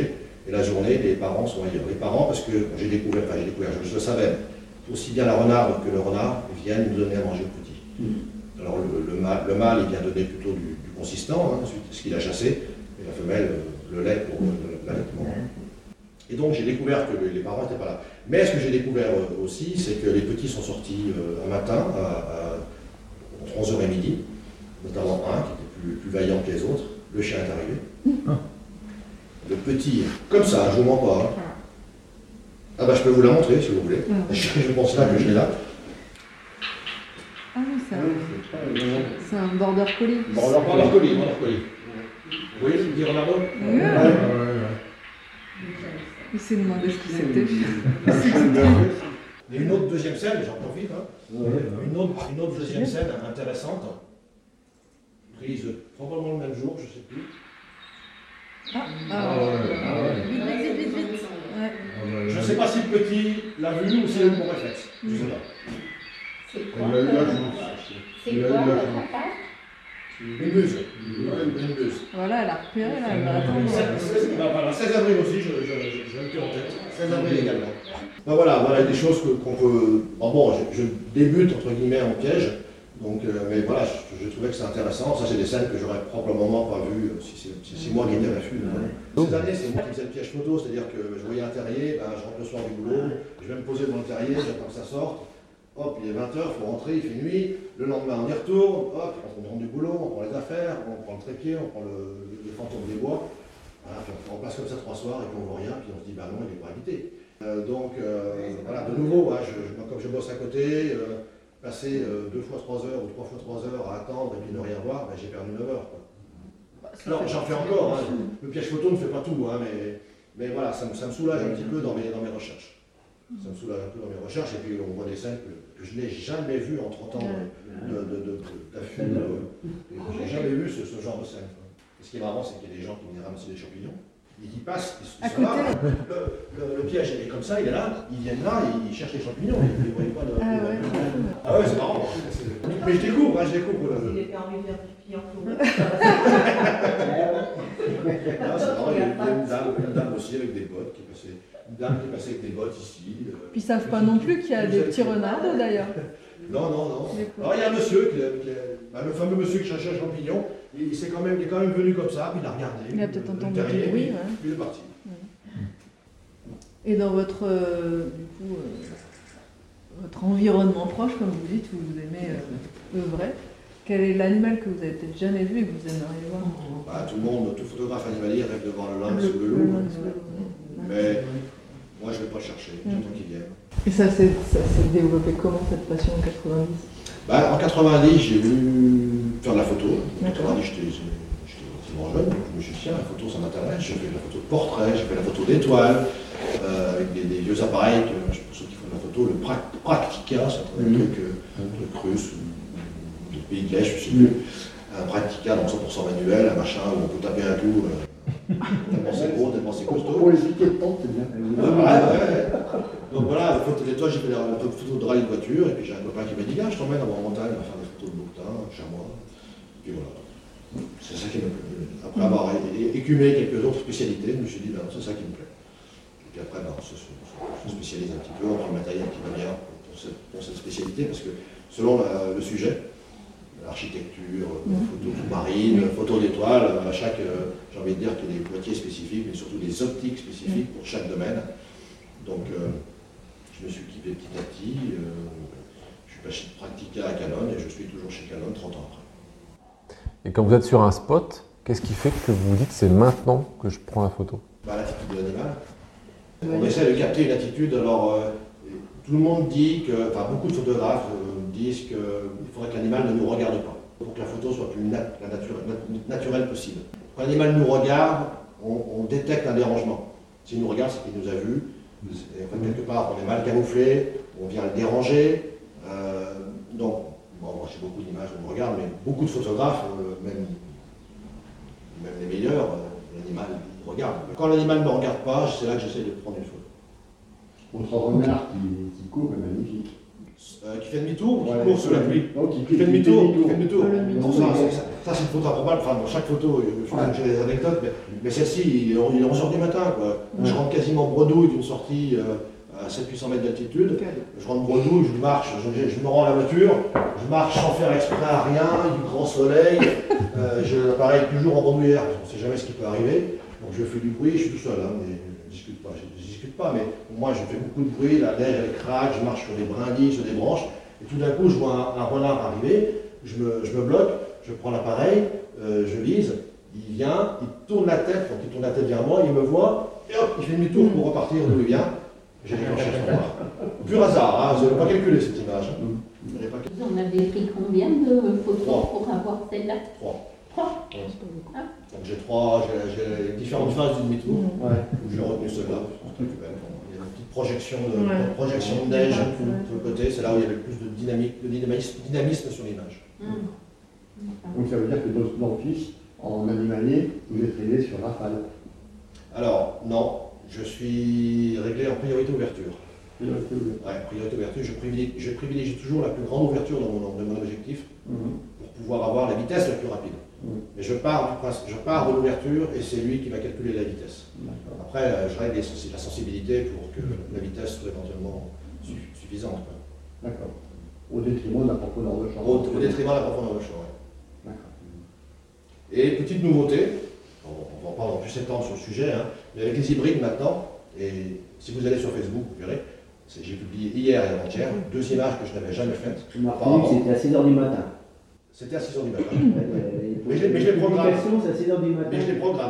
Et la journée, les parents sont ailleurs. Les parents, parce que j'ai découvert, je le savais, aussi bien la renarde que le renard viennent nous donner à manger aux petits. Alors le mâle, il vient donner plutôt du consistant, hein, ce qu'il a chassé, et la femelle, le lait pour l'allaitement. Et donc j'ai découvert que les parents n'étaient pas là. Mais ce que j'ai découvert aussi, c'est que les petits sont sortis un matin entre 11h et midi, notamment un qui était plus vaillant que les autres. Le chien est arrivé. Le petit, comme ça, je ne vous mens pas. Hein. Ah bah je peux vous la montrer si vous voulez. Je pense là que je l'ai là. Ah oui, c'est un border collie. Border collie. Vous voyez ce que dit Ronaldo? Oui. Il s'est demandé ce que c'était. Il y a une autre deuxième scène, j'en profite. Hein. Une autre deuxième scène intéressante, prise probablement le même jour, je ne sais plus. Vite. Ouais. Je ne sais pas si le petit l'a vu ou si c'est mon réflexe. Je ne sais pas. C'est quoi votre attaque? Une buse. Voilà, elle a repéré là, elle va attendre. 16 avril aussi, je le fais en tête. 16 avril également. Ben voilà des choses qu'on peut. Bon, je débute entre guillemets en piège, donc, mais voilà, je trouvais que c'est intéressant. Ça, c'est des scènes que j'aurais probablement pas vues si c'est moi qui étais à l'affût. Ces années, c'est moi qui faisais le piège photo, c'est-à-dire que je voyais un terrier, je rentre le soir du boulot, je vais me poser devant le terrier, j'attends que ça sorte. Hop, il est 20h, il faut rentrer, il fait nuit. Le lendemain, on y retourne. Hop, on rentre du boulot, on prend les affaires, on prend le trépied, on prend le fantôme des bois. Voilà, puis on passe comme ça 3 soirs et puis on voit rien, puis on se dit, non, il n'est pas invité. Voilà, de nouveau, comme je bosse à côté, passer 2 fois 3 heures ou 3 fois 3 heures à attendre et puis ne rien voir, j'ai perdu 9 heures. Quoi. Alors, j'en fais encore. Hein. Le piège photo ne fait pas tout, hein, mais voilà, ça me soulage un petit peu dans mes recherches. Ça me soulage un peu dans mes recherches, et puis on voit des scènes que je n'ai jamais vues en 30 ans d'affût. Je n'ai jamais vu ce genre de scène. Et ce qui est marrant, c'est qu'il y a des gens qui viennent ramasser des champignons, et qui passent, ils sont là, le piège est comme ça, il est là, ils viennent là, ils cherchent les champignons, ils ne voient pas de... Ah ouais, c'est marrant. Mais je découvre. Il était en rivière du Pian. C'est marrant, il y a une dame aussi avec des bottes qui est passée. Une dame qui est passée avec des bottes ici. Puis ils savent pas non plus qu'il y a des petits renards d'ailleurs. Non. Alors il y a un monsieur, le fameux monsieur qui cherchait un champignon, il est quand même venu comme ça, puis il a regardé. Il a peut-être entendu du bruit. Puis il est parti. Et dans votre environnement proche, comme vous dites, où vous aimez œuvrer, quel est l'animal que vous avez peut-être jamais vu et que vous aimeriez voir? Tout photographe animalier rêve de voir le lynx ou le loup. Mais moi je ne vais pas le chercher, j'attends qu'il vienne. Et ça s'est développé comment cette passion en 90? En 90, j'ai voulu faire de la photo. En 90, j'étais relativement jeune, donc je me suis dit, tiens, la photo ça m'intéresse. J'ai fait de la photo de portrait, j'ai fait de la photo d'étoiles, avec des vieux appareils, pour ceux qui font de la photo, le Praktica, c'est un truc russe, du pays de l'Est, je ne sais plus. Un Praktica, donc 100% manuel, un machin où on peut taper un coup. Tellement c'est gros, tellement c'est costaud. Pour les piquets de tente, c'est bien. Ouais. Donc voilà, la photo d'étoile, j'ai fait la photo de rallye de voiture, et puis j'ai un copain qui m'a dit, je t'emmène en montagne, on va faire des photos de bouquetins, chez moi. Et puis voilà. C'est ça qui me plaît. Après avoir écumé quelques autres spécialités, je me suis dit, c'est ça qui me plaît. Et puis après, on se spécialise un petit peu, on prend le matériel qui va bien pour cette spécialité, parce que selon le sujet, l'architecture, photo sous-marine, photo d'étoiles, j'ai envie de dire qu'il y a des boîtiers spécifiques, mais surtout des optiques spécifiques pour chaque domaine. Donc je me suis équipé petit à petit, je suis passé de Praktica à Canon et je suis toujours chez Canon 30 ans après. Et quand vous êtes sur un spot, qu'est-ce qui fait que vous vous dites c'est maintenant que je prends la photo? L'attitude de l'animal. On essaie de capter une attitude, alors tout le monde dit que, beaucoup de photographes disent qu'il faudrait que l'animal ne nous regarde pas, pour que la photo soit plus naturelle possible. Quand l'animal nous regarde, on détecte un dérangement. S'il nous regarde, c'est qu'il nous a vus. Quelque part, on est mal camouflé, on vient le déranger. Donc, moi j'ai beaucoup d'images où on me regarde, mais beaucoup de photographes, même les meilleurs, l'animal regarde. Quand l'animal ne me regarde pas, c'est là que j'essaie de prendre une photo. Votre renard qui court est magnifique. Qui fait demi-tour ou qui court sous la pluie? Non, qui fait demi-tour. Le Bon, ça, Ça, c'est une photo improbable. Enfin, dans chaque photo, j'ai des anecdotes, mais celle-ci, il est 11h du matin, quoi. Je rentre quasiment bredouille d'une sortie à 700-800 mètres d'altitude. Je rentre bredouille, je marche, je me rends à la voiture, je marche sans faire exprès à rien, du grand soleil. J'ai l'appareil toujours en bredouillère, on ne sait jamais ce qui peut arriver. Donc je fais du bruit, je suis tout seul, hein, mais je ne discute pas, mais moi je fais beaucoup de bruit, la neige elle craque, je marche sur des brindilles, sur des branches, et tout d'un coup je vois un renard arriver, je me bloque, je prends l'appareil, je vise, il vient, il tourne la tête, quand il tourne la tête vers moi, il me voit, et hop, il fait demi-tour pour repartir d'où il vient. J'ai déclenché son renard. Pur hasard, hein, vous n'avez pas calculé cette image. Hein. Vous en avez pris combien de photos pour avoir celle-là? 3. 3. Donc j'ai différentes phases du demi-tour. J'ai retenu celle-là. Il y a une petite projection de neige sur le côté, c'est là où il y avait le plus de dynamisme sur l'image. Donc ça veut dire que dans le fiche, en animalier, vous êtes réglé sur rafale. Alors, non, je suis réglé en priorité ouverture. Priorité ouverture, je privilégie toujours la plus grande ouverture de mon objectif pour pouvoir avoir la vitesse la plus rapide. Mais je pars de l'ouverture et c'est lui qui va calculer la vitesse. Après, je règle la sensibilité pour que la vitesse soit éventuellement suffisante. D'accord. Au détriment de la profondeur de champ. Au détriment de la profondeur de champ, oui. Et petite nouveauté, on va en parler en plus s'étendre sur le sujet, hein, mais avec les hybrides maintenant, et si vous allez sur Facebook, vous verrez, j'ai publié hier et avant-hier 2 images que je n'avais jamais faites. C'était à 6h du matin. C'était à 6h du matin. Mais je les programme. C'est à 6h du matin. Mais je les programme.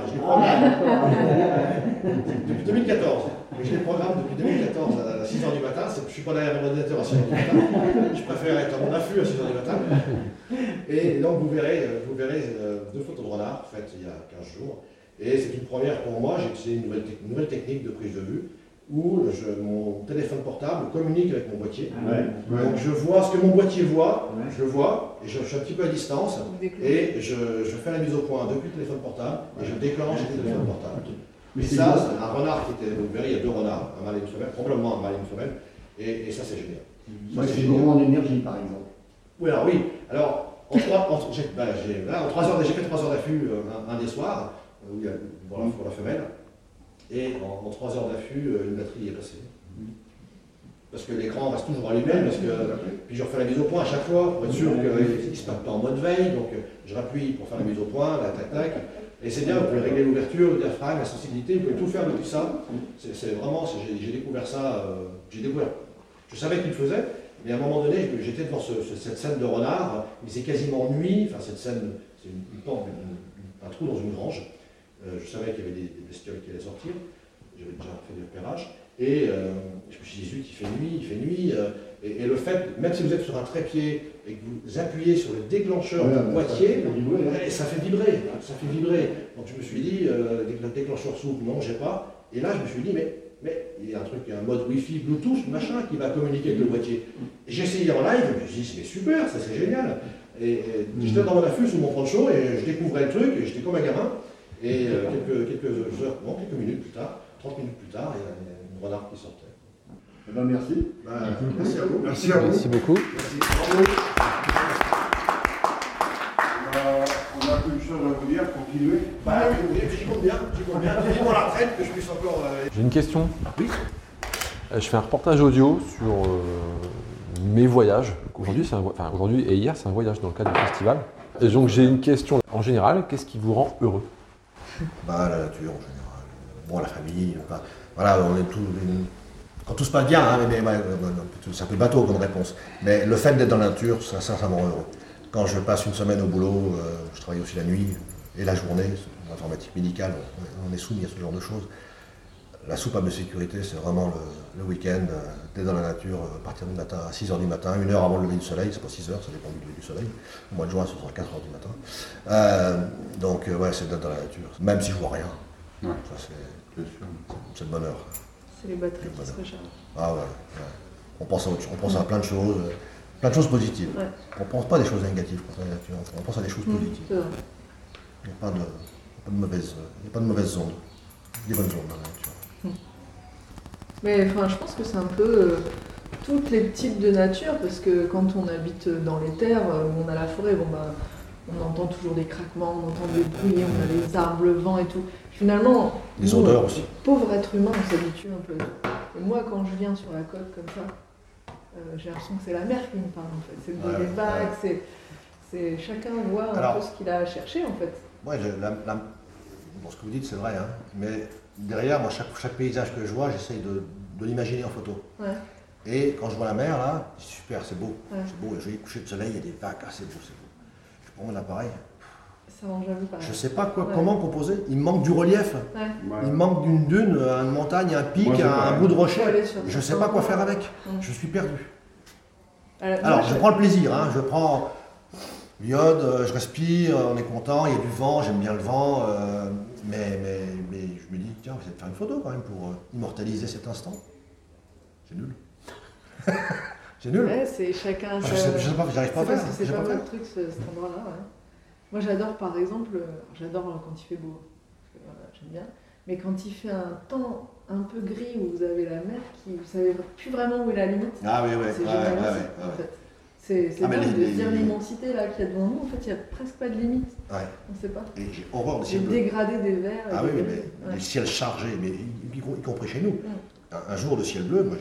Depuis 2014. Mais je les programme depuis 2014 à 6h du matin. Je ne suis pas derrière mon ordinateur à 6h du matin. Je préfère être à mon affût à 6h du matin. Et donc vous verrez 2 photos de renard faites il y a 15 jours. Et c'est une première pour moi. J'ai utilisé une nouvelle technique de prise de vue où mon téléphone portable communique avec mon boîtier. Donc je vois ce que mon boîtier voit, je le vois, et je suis un petit peu à distance, et je fais la mise au point depuis le téléphone portable, et je déclenche le téléphone portable. Mais ça, c'est un renard qui était, vous verrez, il y a 2 renards, un mâle et une femelle, probablement un mâle et une femelle, et ça c'est génial. C'est gourmand en énergie par exemple. Oui, alors oui, alors en 3 heures, j'ai fait 3 heures d'affût un des soirs, pour la femelle. Et en 3 heures d'affût, une batterie est passée. Parce que l'écran reste toujours allumé, puis je refais la mise au point à chaque fois pour être sûr qu'il ne se passe pas en mode veille. Donc je rappuie pour faire la mise au point, la tac-tac. Et c'est bien, vous pouvez régler l'ouverture, le diaphragme, la sensibilité, vous pouvez tout faire depuis ça. C'est vraiment, j'ai découvert ça, je savais qu'il le faisait, mais à un moment donné, j'étais devant cette scène de renard, il faisait quasiment nuit, enfin cette scène, c'est un trou dans une grange. Je savais qu'il y avait des bestioles qui allaient sortir, j'avais déjà fait du repérage, et je me suis dit, zut, il fait nuit, et le fait, même si vous êtes sur un trépied et que vous appuyez sur le déclencheur du boîtier, ça fait vibrer, Donc je me suis dit, le déclencheur s'ouvre, non, j'ai pas, et là je me suis dit, mais il y a un mode Wi-Fi, Bluetooth, machin, qui va communiquer avec le boîtier. Et j'ai essayé en live, je me suis dit, mais super, ça c'est génial. Et j'étais dans mon affût sous mon poncho, et je découvrais le truc, et j'étais comme un gamin. Et quelques minutes plus tard, 30 minutes plus tard, il y a une renard qui sortait. Merci. Merci à vous. Merci à vous. Merci beaucoup. On a une chose à vous dire, continuez. J'y compte bien. J'ai pour la retraite que je puisse encore. J'ai une question. Oui. Je fais un reportage audio sur mes voyages. Aujourd'hui et hier, c'est un voyage dans le cadre du festival. Et donc j'ai une question. En général, qu'est-ce qui vous rend heureux? La nature en général. Bon, la famille. Voilà, on est tous. Quand tout se passe bien, hein, c'est un peu bateau comme réponse. Mais le fait d'être dans la nature, ça me rend heureux. Quand je passe une semaine au boulot, je travaille aussi la nuit et la journée, en informatique médicale, on est soumis à ce genre de choses. La soupape de sécurité, c'est vraiment le week-end, d'être dans la nature, partir du matin à 6h du matin, 1 heure avant le lever du soleil, c'est pas 6h, ça dépend du lever du soleil. Au mois de juin, ce sera 4h du matin. Donc, c'est d'être dans la nature, même si je vois rien. Ça, c'est le bonheur. C'est les batteries qui se rechargent. Ah ouais. On pense à plein de choses positives. Ouais. On ne pense pas à des choses négatives contre la nature, on pense à des choses positives. C'est vrai. Il n'y a pas de mauvaises ondes, des bonnes ondes dans la nature. Mais je pense que c'est un peu tous les types de nature, parce que quand on habite dans les terres, où on a la forêt, on entend toujours des craquements, on entend des bruits, on a les arbres, le vent et tout. Finalement, Les odeurs aussi. Pauvre être humain, on s'habitue un peu. Et moi, quand je viens sur la côte comme ça, j'ai l'impression que c'est la mer qui me parle en fait. C'est le bruit des vagues, c'est chacun voit un peu ce qu'il a à chercher en fait. Ouais, bon, ce que vous dites, c'est vrai, hein, mais derrière, moi, chaque paysage que je vois, j'essaye de l'imaginer en photo. Ouais. Et quand je vois la mer, là, c'est super, c'est beau. Ouais. C'est beau, je vais coucher de soleil, il y a des vagues, c'est beau, c'est beau. Je prends mon appareil. Ça rend jamais pareil. Je sais pas comment composer. Il me manque du relief. Ouais. Il me manque d'une dune, une montagne, un pic, un bout de rocher. Je sais pas quoi faire avec. Je suis perdu. Alors, je prends le plaisir, hein, je prends l'iode, je respire, on est content, il y a du vent, j'aime bien le vent, mais je me dis, tiens, on va essayer de faire une photo quand même pour immortaliser cet instant. C'est nul. C'est nul. Ouais, c'est chacun. Je sais pas, j'arrive pas à faire. C'est pas mal le truc, cet endroit-là. Ouais. Moi, j'adore par exemple, j'adore quand il fait beau, parce que, voilà, j'aime bien. Mais quand il fait un temps un peu gris où vous avez la mer, vous savez plus vraiment où est la limite. Ah oui, c'est génial en fait. C'est dingue de se dire l'immensité là qu'il y a devant nous, en fait il n'y a presque pas de limite. Ouais. On ne sait pas. Et j'ai horreur des ciels bleus. Dégradé des verts. Ah oui, mais les ciels chargés, mais y compris chez nous. Un jour de ciel bleu, moi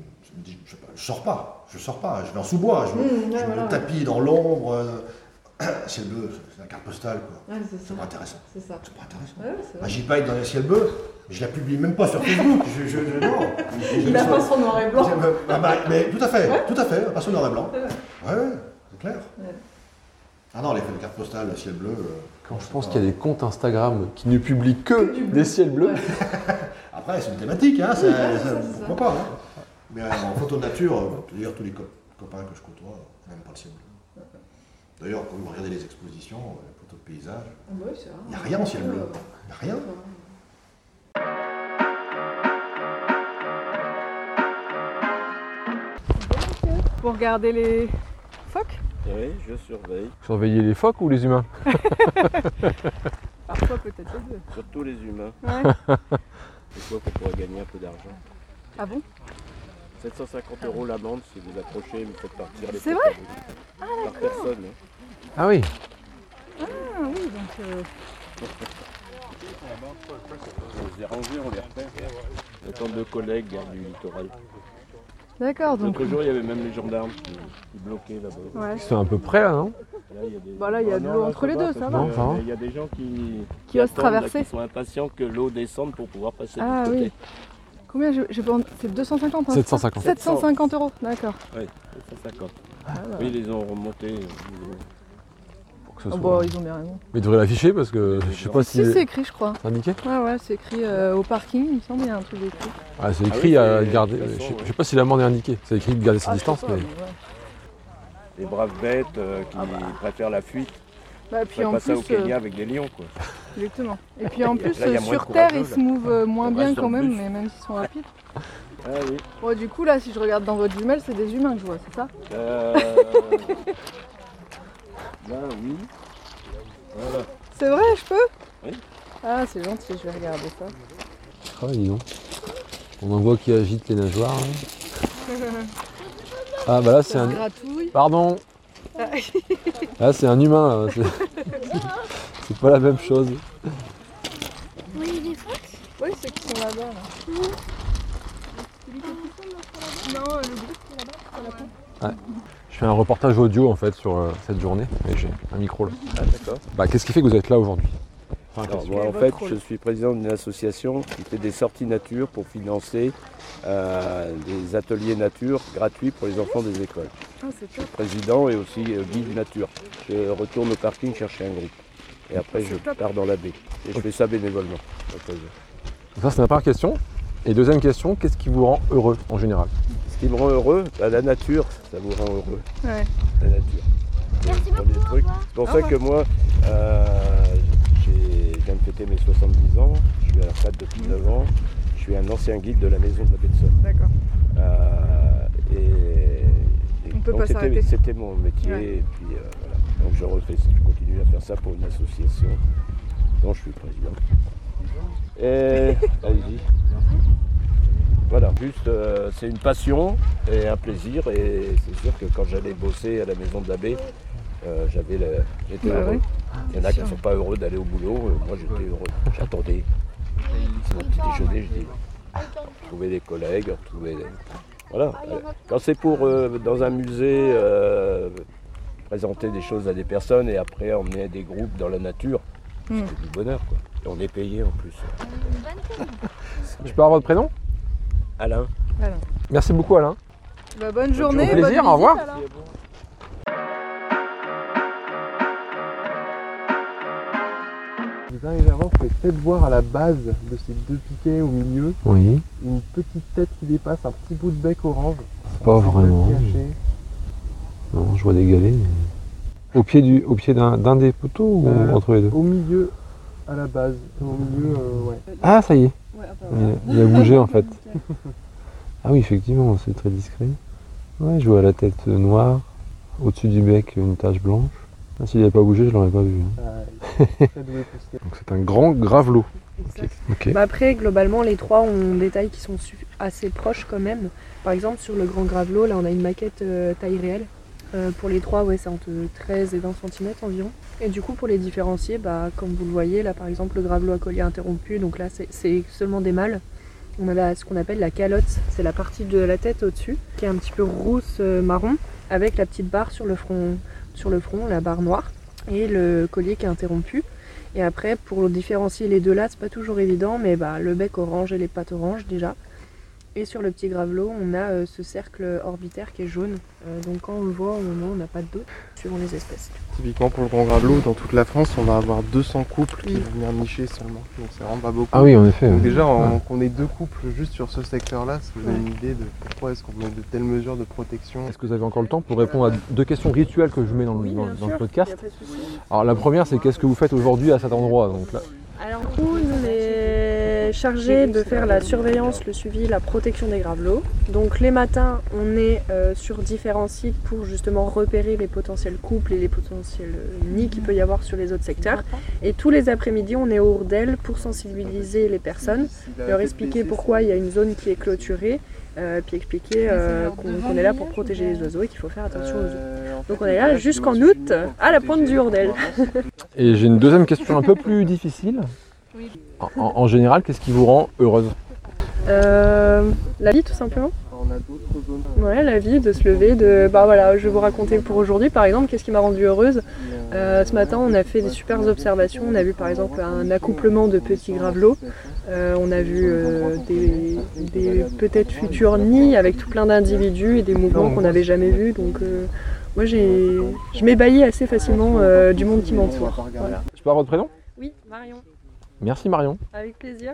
je sors pas, je vais en sous-bois, je me tapis dans l'ombre. Ciel bleu, c'est la carte postale quoi. Ouais, c'est pas intéressant. C'est ça. C'est pas intéressant. Ouais, j'y paille dans le ciel bleu, mais je la publie même pas sur Facebook. Non. Il a pas son noir et blanc. Mais tout à fait, pas son noir et blanc. Ouais, c'est clair. Ouais. Ah non, les cartes postales, le ciel bleu. Quand je pense qu'il y a des comptes Instagram qui ne publient que des ciels bleus. Ouais. Après, c'est une thématique, hein, pourquoi pas. Hein. Mais en photo de nature, d'ailleurs, tous les copains que je côtoie n'aiment pas le ciel bleu. D'ailleurs, quand vous regardez les expositions, les photos de paysages, il n'y a rien en ciel bleu. Il n'y a rien. Pour regarder les phoques ? Oui, je surveille. Surveiller les phoques ou les humains ? Parfois peut-être les deux. Surtout les humains. Ouais. C'est quoi qu'on pourrait gagner un peu d'argent. Ah bon ? 750 € l'amende si vous accrochez et vous faites partir les C'est vrai ? Ah par personne. Hein. Ah oui. Ah oui, donc... On les a rangés, on les repère. Il y a tant de collègues gardes du littoral. D'accord, donc... L'autre jour, il y avait même les gendarmes qui bloquaient là-bas. Ouais. Ils sont à peu près là, non ? Là, il y a de l'eau entre les deux, ça va. Il y a des gens qui osent traverser. Qui sont impatients que l'eau descende pour pouvoir passer de l'autre côté. Combien c'est 250 hein, 750. 750 €, d'accord. Oui, 750. Ah, bah. Oui, ils ont remonté. Pour que ce soit... bah, ils ont bien raison. Mais ils devraient l'afficher parce que je sais pas si. Si, c'est écrit, je crois. C'est indiqué ? Ouais, c'est écrit au parking, il me semble, il y a un truc écrit. Ah, c'est écrit à garder. Je sais pas si l'amende est indiquée. C'est écrit de garder ses distances, mais. Les braves bêtes qui préfèrent la fuite. Bah, puis en pas plus, ça au Kenya avec des lions, quoi. Exactement. Et puis en plus, là, sur terre, ils se mouvent moins bien quand même, mais même s'ils sont rapides. Ah oui. Bon, du coup, là, si je regarde dans votre jumelle, c'est des humains que je vois, c'est ça Bah oui. Voilà. C'est vrai, je peux ? Oui. Ah, c'est gentil, je vais regarder ça. Ah, dis donc. On en voit qui agite les nageoires. Hein. Ah, bah là, c'est un. Gratouille. Pardon. Là, c'est un humain. Là. C'est pas la même chose. Oui, les phoques ? Oui, ceux qui sont là-bas. Là. Non, le groupe qui est là-bas, c'est la ouais. Je fais un reportage audio en fait sur cette journée et j'ai un micro là. Ah d'accord. Bah, qu'est-ce qui fait que vous êtes là aujourd'hui ? En fait, je suis président d'une association qui fait des sorties nature pour financer des ateliers nature gratuits pour les enfants des écoles. Ah, je suis président et aussi guide nature. Je retourne au parking chercher un groupe. Et après, je pars dans la baie. Et je fais ça bénévolement. Ça, c'est ma première question. Et deuxième question, qu'est-ce qui vous rend heureux en général ? Ce qui me rend heureux, bah, la nature, ça vous rend heureux. Ouais. La nature. Merci beaucoup. C'est pour ça que moi, je viens de fêter mes 70 ans, je suis à la retraite depuis 9 ans, je suis un ancien guide de la maison de la baie de Somme. D'accord. On peut pas s'arrêter. C'était mon métier, ouais. Et puis voilà. Donc je continue à faire ça pour une association dont je suis président. Et allez-y. Voilà, juste c'est une passion et un plaisir, et c'est sûr que quand j'allais bosser à la maison de la baie, j'étais heureux. Il y en a qui ne sont pas heureux d'aller au boulot, moi j'étais heureux. J'attendais. C'est mon petit déjeuner, je dis. Retrouver des collègues, Voilà. Quand c'est pour, dans un musée, présenter des choses à des personnes et après emmener des groupes dans la nature, c'est du bonheur, quoi. Et on est payé en plus. Je peux avoir votre prénom? Alain. Merci beaucoup Alain. Bah, bonne journée, Au plaisir, bonne au revoir. visite, Alain. Vous arrivez à voir, vous pouvez peut-être voir à la base de ces deux piquets au milieu, Oui. une petite tête qui dépasse, un petit bout de bec orange. Pas vraiment. Caché. Non, je vois des galets. Mais... Au pied d'un des poteaux ou entre les deux? Au milieu, à la base. Au milieu, ouais. Ah, ça y est. Il a bougé en fait. Ah oui, effectivement, c'est très discret. Ouais, je vois la tête noire, au-dessus du bec une tache blanche. Ah, s'il n'avait pas bougé, je l'aurais pas vu. Donc c'est un grand gravelot. Okay. Bah après, globalement, les trois ont des tailles qui sont assez proches quand même. Par exemple, sur le grand gravelot, là, on a une maquette taille réelle. Pour les trois, ouais, c'est entre 13 et 20 cm environ. Et du coup, pour les différencier, bah, comme vous le voyez, là, par exemple, le gravelot à collier interrompu, donc là, c'est seulement des mâles. On a ce qu'on appelle la calotte, c'est la partie de la tête au-dessus, qui est un petit peu rousse marron, avec la petite barre sur le front, la barre noire, et le collier qui est interrompu. Et après, pour différencier les deux là, c'est pas toujours évident, mais bah, le bec orange et les pattes oranges déjà. Et sur le petit gravelot, on a ce cercle orbitaire qui est jaune. Donc quand on le voit, au moment, on n'a pas de doute, suivant les espèces. Typiquement pour le grand gravelot, dans toute la France, on va avoir 200 couples qui vont venir nicher seulement. Donc c'est vraiment pas beaucoup. Ah oui, en effet. Donc déjà, qu'on ait 2 couples juste sur ce secteur-là, ça vous donne une idée de pourquoi est-ce qu'on met de telles mesures de protection. Est-ce que vous avez encore le temps pour répondre à 2 questions rituelles que je mets dans le podcast? Alors la première, c'est qu'est-ce que vous faites aujourd'hui à cet endroit? Donc là. Alors du coup, nous, on est chargés de faire la surveillance, le suivi, la protection des gravelots. Donc les matins, on est sur différents sites pour justement repérer les potentiels couples et les potentiels nids qu'il peut y avoir sur les autres secteurs. Et tous les après-midi, on est au Hourdel pour sensibiliser les personnes, leur expliquer pourquoi il y a une zone qui est clôturée, puis expliquer qu'on est là pour protéger les oiseaux et qu'il faut faire attention aux œufs. Donc on est là jusqu'en août, à la pointe du Hourdel. Et j'ai une deuxième question un peu plus difficile. En général, qu'est-ce qui vous rend heureuse? La vie, tout simplement. On a d'autres zones. Ouais, la vie, de se lever, bah voilà, je vais vous raconter pour aujourd'hui par exemple, qu'est-ce qui m'a rendue heureuse. Ce matin, on a fait des super observations. On a vu par exemple un accouplement de petits gravelots. On a vu des peut-être futurs nids avec tout plein d'individus et des mouvements qu'on n'avait jamais vus. Donc moi, je m'ébahis assez facilement du monde qui m'entoure. Voilà. Je peux avoir votre prénom? Oui, Marion. Merci Marion. Avec plaisir.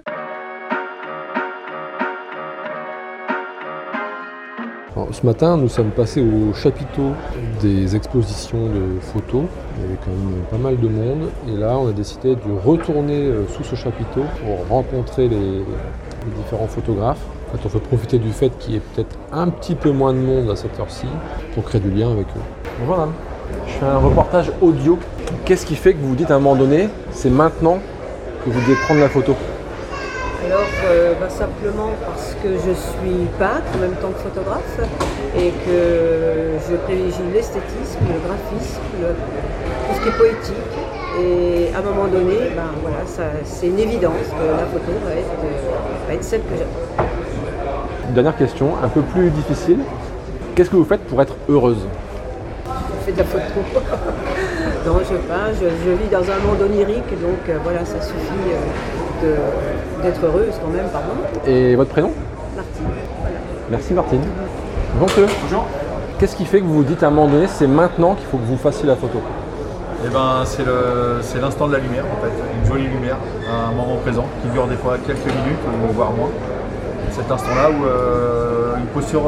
Alors, ce matin, nous sommes passés au chapiteau des expositions de photos. Il y avait quand même pas mal de monde. Et là, on a décidé de retourner sous ce chapiteau pour rencontrer les différents photographes. En fait, on veut profiter du fait qu'il y ait peut-être un petit peu moins de monde à cette heure-ci pour créer du lien avec eux. Bonjour madame. Je fais un reportage audio. Qu'est-ce qui fait que vous vous dites à un moment donné, c'est maintenant que vous devez prendre la photo? Alors, simplement parce que je suis peintre en même temps que photographe et que je privilégie l'esthétisme, le graphisme, tout ce qui est poétique. Et à un moment donné, voilà, c'est une évidence que la photo va être celle que j'aime. Une dernière question, un peu plus difficile. Qu'est-ce que vous faites pour être heureuse? Je fais de la photo. Non, je peins, je vis dans un monde onirique, donc voilà, ça suffit d'être heureuse quand même par moment. Et votre prénom? Martine. Voilà. Merci Martine. Bonjour. Bonjour. Qu'est-ce qui fait que vous vous dites à un moment donné, c'est maintenant qu'il faut que vous fassiez la photo? Eh ben, c'est l'instant de la lumière en fait, une jolie lumière, un moment présent qui dure des fois quelques minutes ou voire moins. Cet instant-là où une posture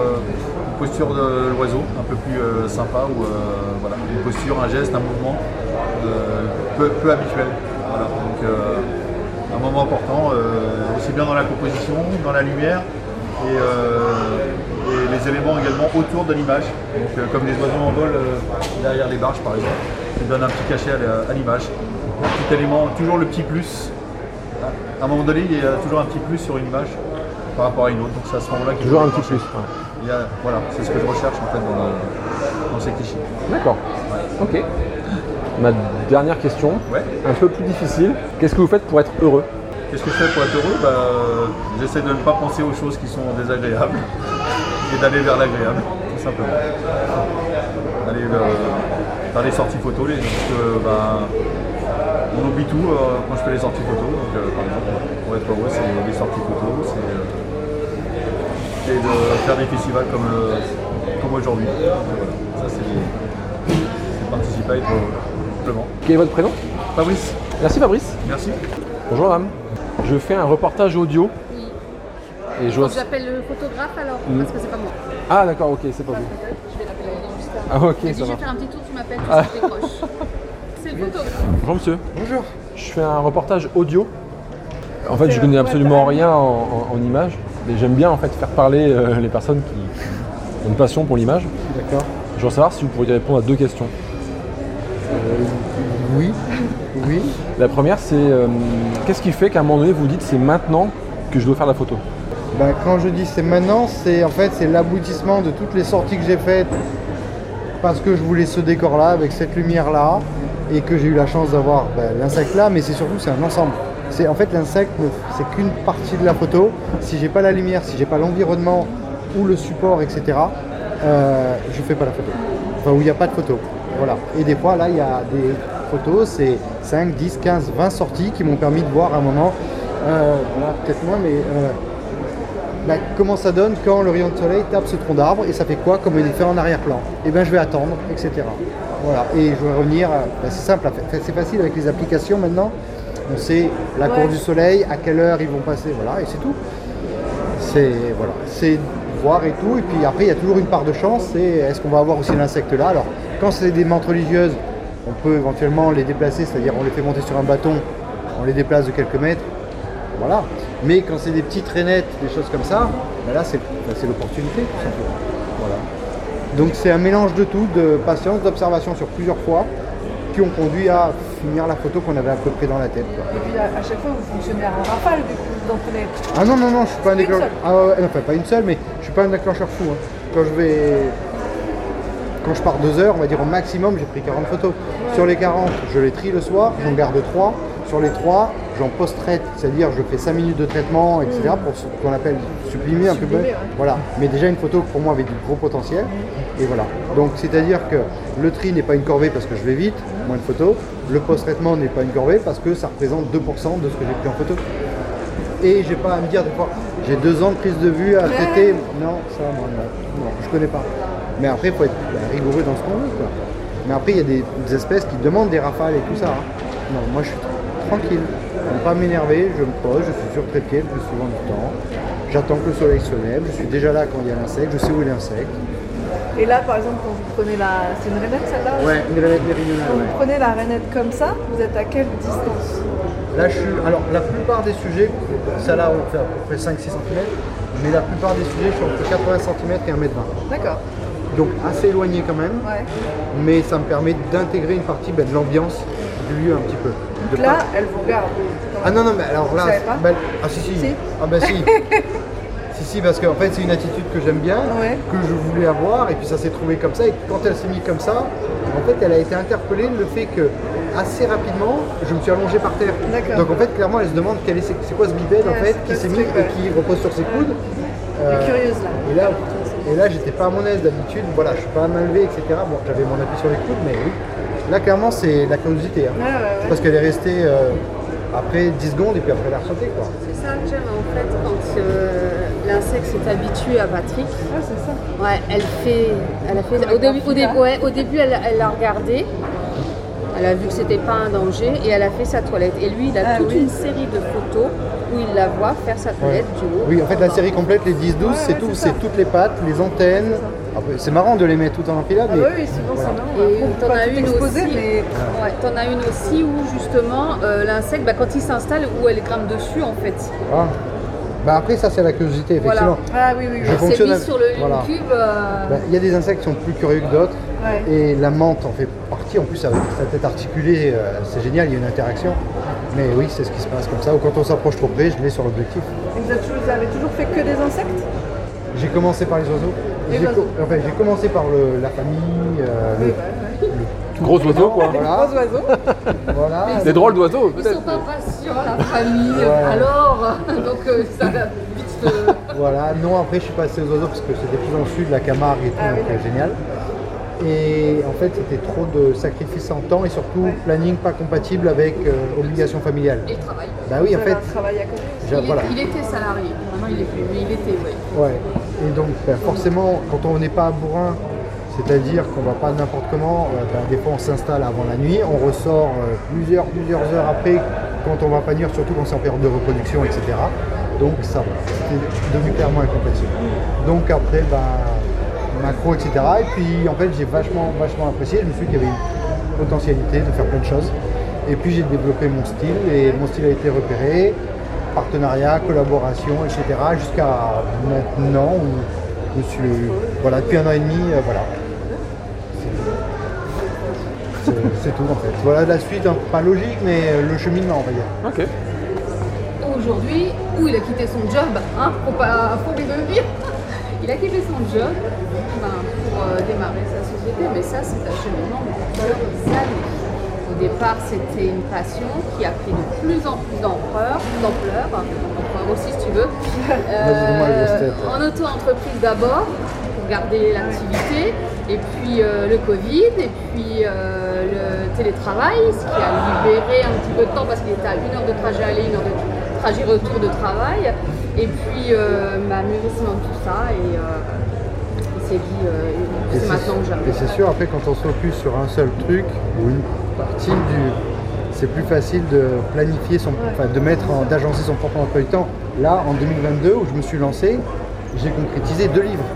de l'oiseau un peu plus sympa, ou voilà, une posture, un geste, un mouvement peu habituel. Voilà, donc un moment important, aussi bien dans la composition, dans la lumière et les éléments également autour de l'image, donc comme les oiseaux en vol derrière les barges par exemple, qui donnent un petit cachet à l'image. Un petit élément, toujours le petit plus. À un moment donné, il y a toujours un petit plus sur une image par rapport à une autre, donc c'est à ce moment-là qu'il toujours un petit plus. Voilà, c'est ce que je recherche en fait dans ces clichés. D'accord. Ouais. Ok. Ma dernière question, un peu plus difficile. Qu'est-ce que vous faites pour être heureux? Qu'est-ce que je fais pour être heureux? J'essaie de ne pas penser aux choses qui sont désagréables et d'aller vers l'agréable, tout simplement. Aller faire des sorties photos, parce que on oublie tout quand je fais les sorties photos. Donc, par exemple, pour être heureux, c'est les sorties photos, c'est de faire des festivals comme aujourd'hui. Voilà. Ça, c'est participer à être simplement. Quel est votre prénom? Fabrice. Merci Fabrice. Merci. Bonjour madame. Je fais un reportage audio. Et j'appelle le photographe alors, parce que c'est pas moi. Ah d'accord, ok, c'est pas vous. Je vais l'appeler juste avant. Ah ok, ça va. Je vais faire un petit tour, tu m'appelles, tu décroches. C'est le photographe. Bonjour monsieur. Bonjour. Je fais un reportage audio. En fait, je connais absolument rien en images, mais j'aime bien en fait faire parler les personnes qui ont une passion pour l'image. D'accord. Je voudrais savoir si vous pourriez répondre à deux questions. Oui. La première, c'est qu'est-ce qui fait qu'à un moment donné, vous dites c'est maintenant que je dois faire la photo? Quand je dis c'est maintenant, c'est l'aboutissement de toutes les sorties que j'ai faites parce que je voulais ce décor-là, avec cette lumière-là, et que j'ai eu la chance d'avoir l'insecte là, mais c'est surtout c'est un ensemble. En fait l'insecte, c'est qu'une partie de la photo. Si j'ai pas la lumière, si j'ai pas l'environnement ou le support, etc., je fais pas la photo. Enfin, où il n'y a pas de photo. Voilà. Et des fois là, il y a des photos, c'est 5, 10, 15, 20 sorties qui m'ont permis de voir à un moment, peut-être moins, mais comment ça donne quand le rayon de soleil tape ce tronc d'arbre et ça fait quoi comme effet en arrière-plan. Et je vais attendre, etc. Voilà. Et je vais revenir, c'est simple, c'est facile avec les applications maintenant. On sait la courbe du soleil, à quelle heure ils vont passer, voilà, et c'est tout. C'est voir et tout. Et puis après, il y a toujours une part de chance, c'est est-ce qu'on va avoir aussi l'insecte là. Alors, quand c'est des menthes religieuses, on peut éventuellement les déplacer, c'est-à-dire on les fait monter sur un bâton, on les déplace de quelques mètres, voilà. Mais quand c'est des petites rainettes, des choses comme ça, là c'est l'opportunité tout simplement. Voilà. Donc c'est un mélange de tout, de patience, d'observation sur plusieurs fois, qui ont conduit à finir la photo qu'on avait à peu près dans la tête. Quoi. Et puis à chaque fois vous fonctionnez en rafale du coup, vous en prenez. Ah non, je suis pas un déclencheur. Enfin pas une seule, mais je suis pas un déclencheur fou. Hein. Quand je pars 2 heures, on va dire au maximum, j'ai pris 40 photos. Ouais. Sur les 40, je les trie le soir, j'en garde 3. Sur les 3, j'en post-traite, c'est-à-dire je fais 5 minutes de traitement, etc. Pour ce qu'on appelle sublimer un peu. Ouais. Voilà. Mais déjà une photo pour moi avait du gros potentiel. Et voilà. Donc c'est-à-dire que le tri n'est pas une corvée parce que je vais vite, moins de photos. Le post-traitement n'est pas une corvée parce que ça représente 2% de ce que j'ai pris en photo. Et j'ai pas à me dire des fois, j'ai 2 ans de prise de vue à traiter. Non, ça, non, je connais pas. Mais après, il faut être rigoureux dans ce qu'on veut, quoi. Mais après, il y a des espèces qui demandent des rafales et tout ça. Hein. Non, moi je suis tranquille. Je ne pas m'énerver, je me pose, je suis sur trépied le plus souvent du temps. J'attends que le soleil se lève, je suis déjà là quand il y a l'insecte, je sais où est l'insecte. Et là, par exemple, quand vous prenez c'est une rainette celle-là? Ouais, une rainette méridionale. Quand vous prenez la rainette comme ça, vous êtes à quelle distance? Là, alors, la plupart des sujets, celle-là, on fait à peu près 5-6 cm, mais la plupart des sujets sont entre 80 cm et 1,20 m. D'accord. Donc assez éloigné quand même, mais ça me permet d'intégrer une partie de l'ambiance du lieu un petit peu. Donc là, elle vous regarde. Ah non, mais alors là, ah si. Ah bah si. Si, parce qu'en fait c'est une attitude que j'aime bien, que je voulais avoir, et puis ça s'est trouvé comme ça, et quand elle s'est mise comme ça, en fait elle a été interpellée le fait que assez rapidement, je me suis allongé par terre. Donc en fait clairement elle se demande c'est quoi ce bipède en fait, qui s'est mis et qui repose sur ses coudes. Elle est curieuse là. Et là j'étais pas à mon aise d'habitude, voilà, je suis pas à main levée, etc. Bon, j'avais mon appui sur les coudes, mais oui. Là clairement c'est la curiosité, hein. Parce qu'elle est restée après 10 secondes et puis après elle a ressauté, quoi. C'est ça que j'aime en fait quand l'insecte s'est habitué à Patrick. Ah c'est ça. Ouais, elle a fait au début elle l'a regardé. Elle a vu que c'était pas un danger et elle a fait sa toilette. Et lui, il a toute une série de photos où il la voit faire sa toilette du haut. Oui, en fait, la série complète, les 10-12, c'est tout. C'est toutes les pattes, les antennes. C'est marrant de les mettre tout en enfilade. Ah oui, souvent c'est marrant. Et t'en as une aussi, t'en as une aussi où justement l'insecte, quand il s'installe, où elle grimpe dessus en fait. Ah. Après ça c'est la curiosité effectivement. Voilà. Ah oui. Je fonctionne avec... sur le cube. Il y a des insectes qui sont plus curieux que d'autres et la menthe en fait partie. En plus avec sa tête articulée, c'est génial, il y a une interaction. Mais oui, c'est ce qui se passe comme ça. Ou quand on s'approche trop près, je l'ai sur l'objectif. Et vous avez toujours fait que des insectes? J'ai commencé par les oiseaux. J'ai commencé par la famille, Gros oiseaux, quoi. Voilà. Gros oiseaux. Voilà. Des drôles d'oiseaux, Ils peut-être. sont pas patients, la famille. Ouais. Alors, donc ça va vite. Voilà, non, après je suis passé aux oiseaux parce que c'était plus dans le sud, la Camargue et tout, donc génial. Et en fait, c'était trop de sacrifices en temps et surtout planning pas compatible avec obligation familiale. Et travail. Bah oui, en fait. Travail à côté. Il était salarié. Maintenant, il est plus, mais il était, oui. Ouais. Et donc, forcément, quand on n'est pas à bourrin, c'est-à-dire qu'on va pas n'importe comment, des fois on s'installe avant la nuit, on ressort plusieurs heures après quand on va pas nuire, surtout quand c'est en période de reproduction, etc. Donc ça va, c'était devenu clairement incompatible. Donc après, macro, etc. Et puis en fait, j'ai vachement apprécié. Je me suis dit qu'il y avait une potentialité de faire plein de choses. Et puis j'ai développé mon style et mon style a été repéré, partenariat, collaboration, etc. Jusqu'à maintenant où je suis, voilà, depuis 1 an et demi, voilà. C'est tout en fait. Voilà la suite, hein, pas logique, mais le cheminement, on va dire. Ok. Aujourd'hui, où il a quitté son job, hein, faut lui le dire. Il a quitté son job pour démarrer sa société, mais ça, c'est un cheminement de plusieurs années. Au départ, c'était une passion qui a pris de plus en plus d'ampleur aussi, si tu veux. En auto-entreprise d'abord, pour garder l'activité, et puis le Covid, et puis le télétravail, ce qui a libéré un petit peu de temps parce qu'il était à 1 heure de trajet aller, 1 heure de trajet retour de travail, et puis mûrissement de tout ça, et il s'est dit c'est maintenant que jamais. Et c'est sûr, après quand on se focus sur un seul truc ou une partie c'est plus facile de planifier d'agencer son propre emploi du temps. Là, en 2022, où je me suis lancé, j'ai concrétisé 2 livres.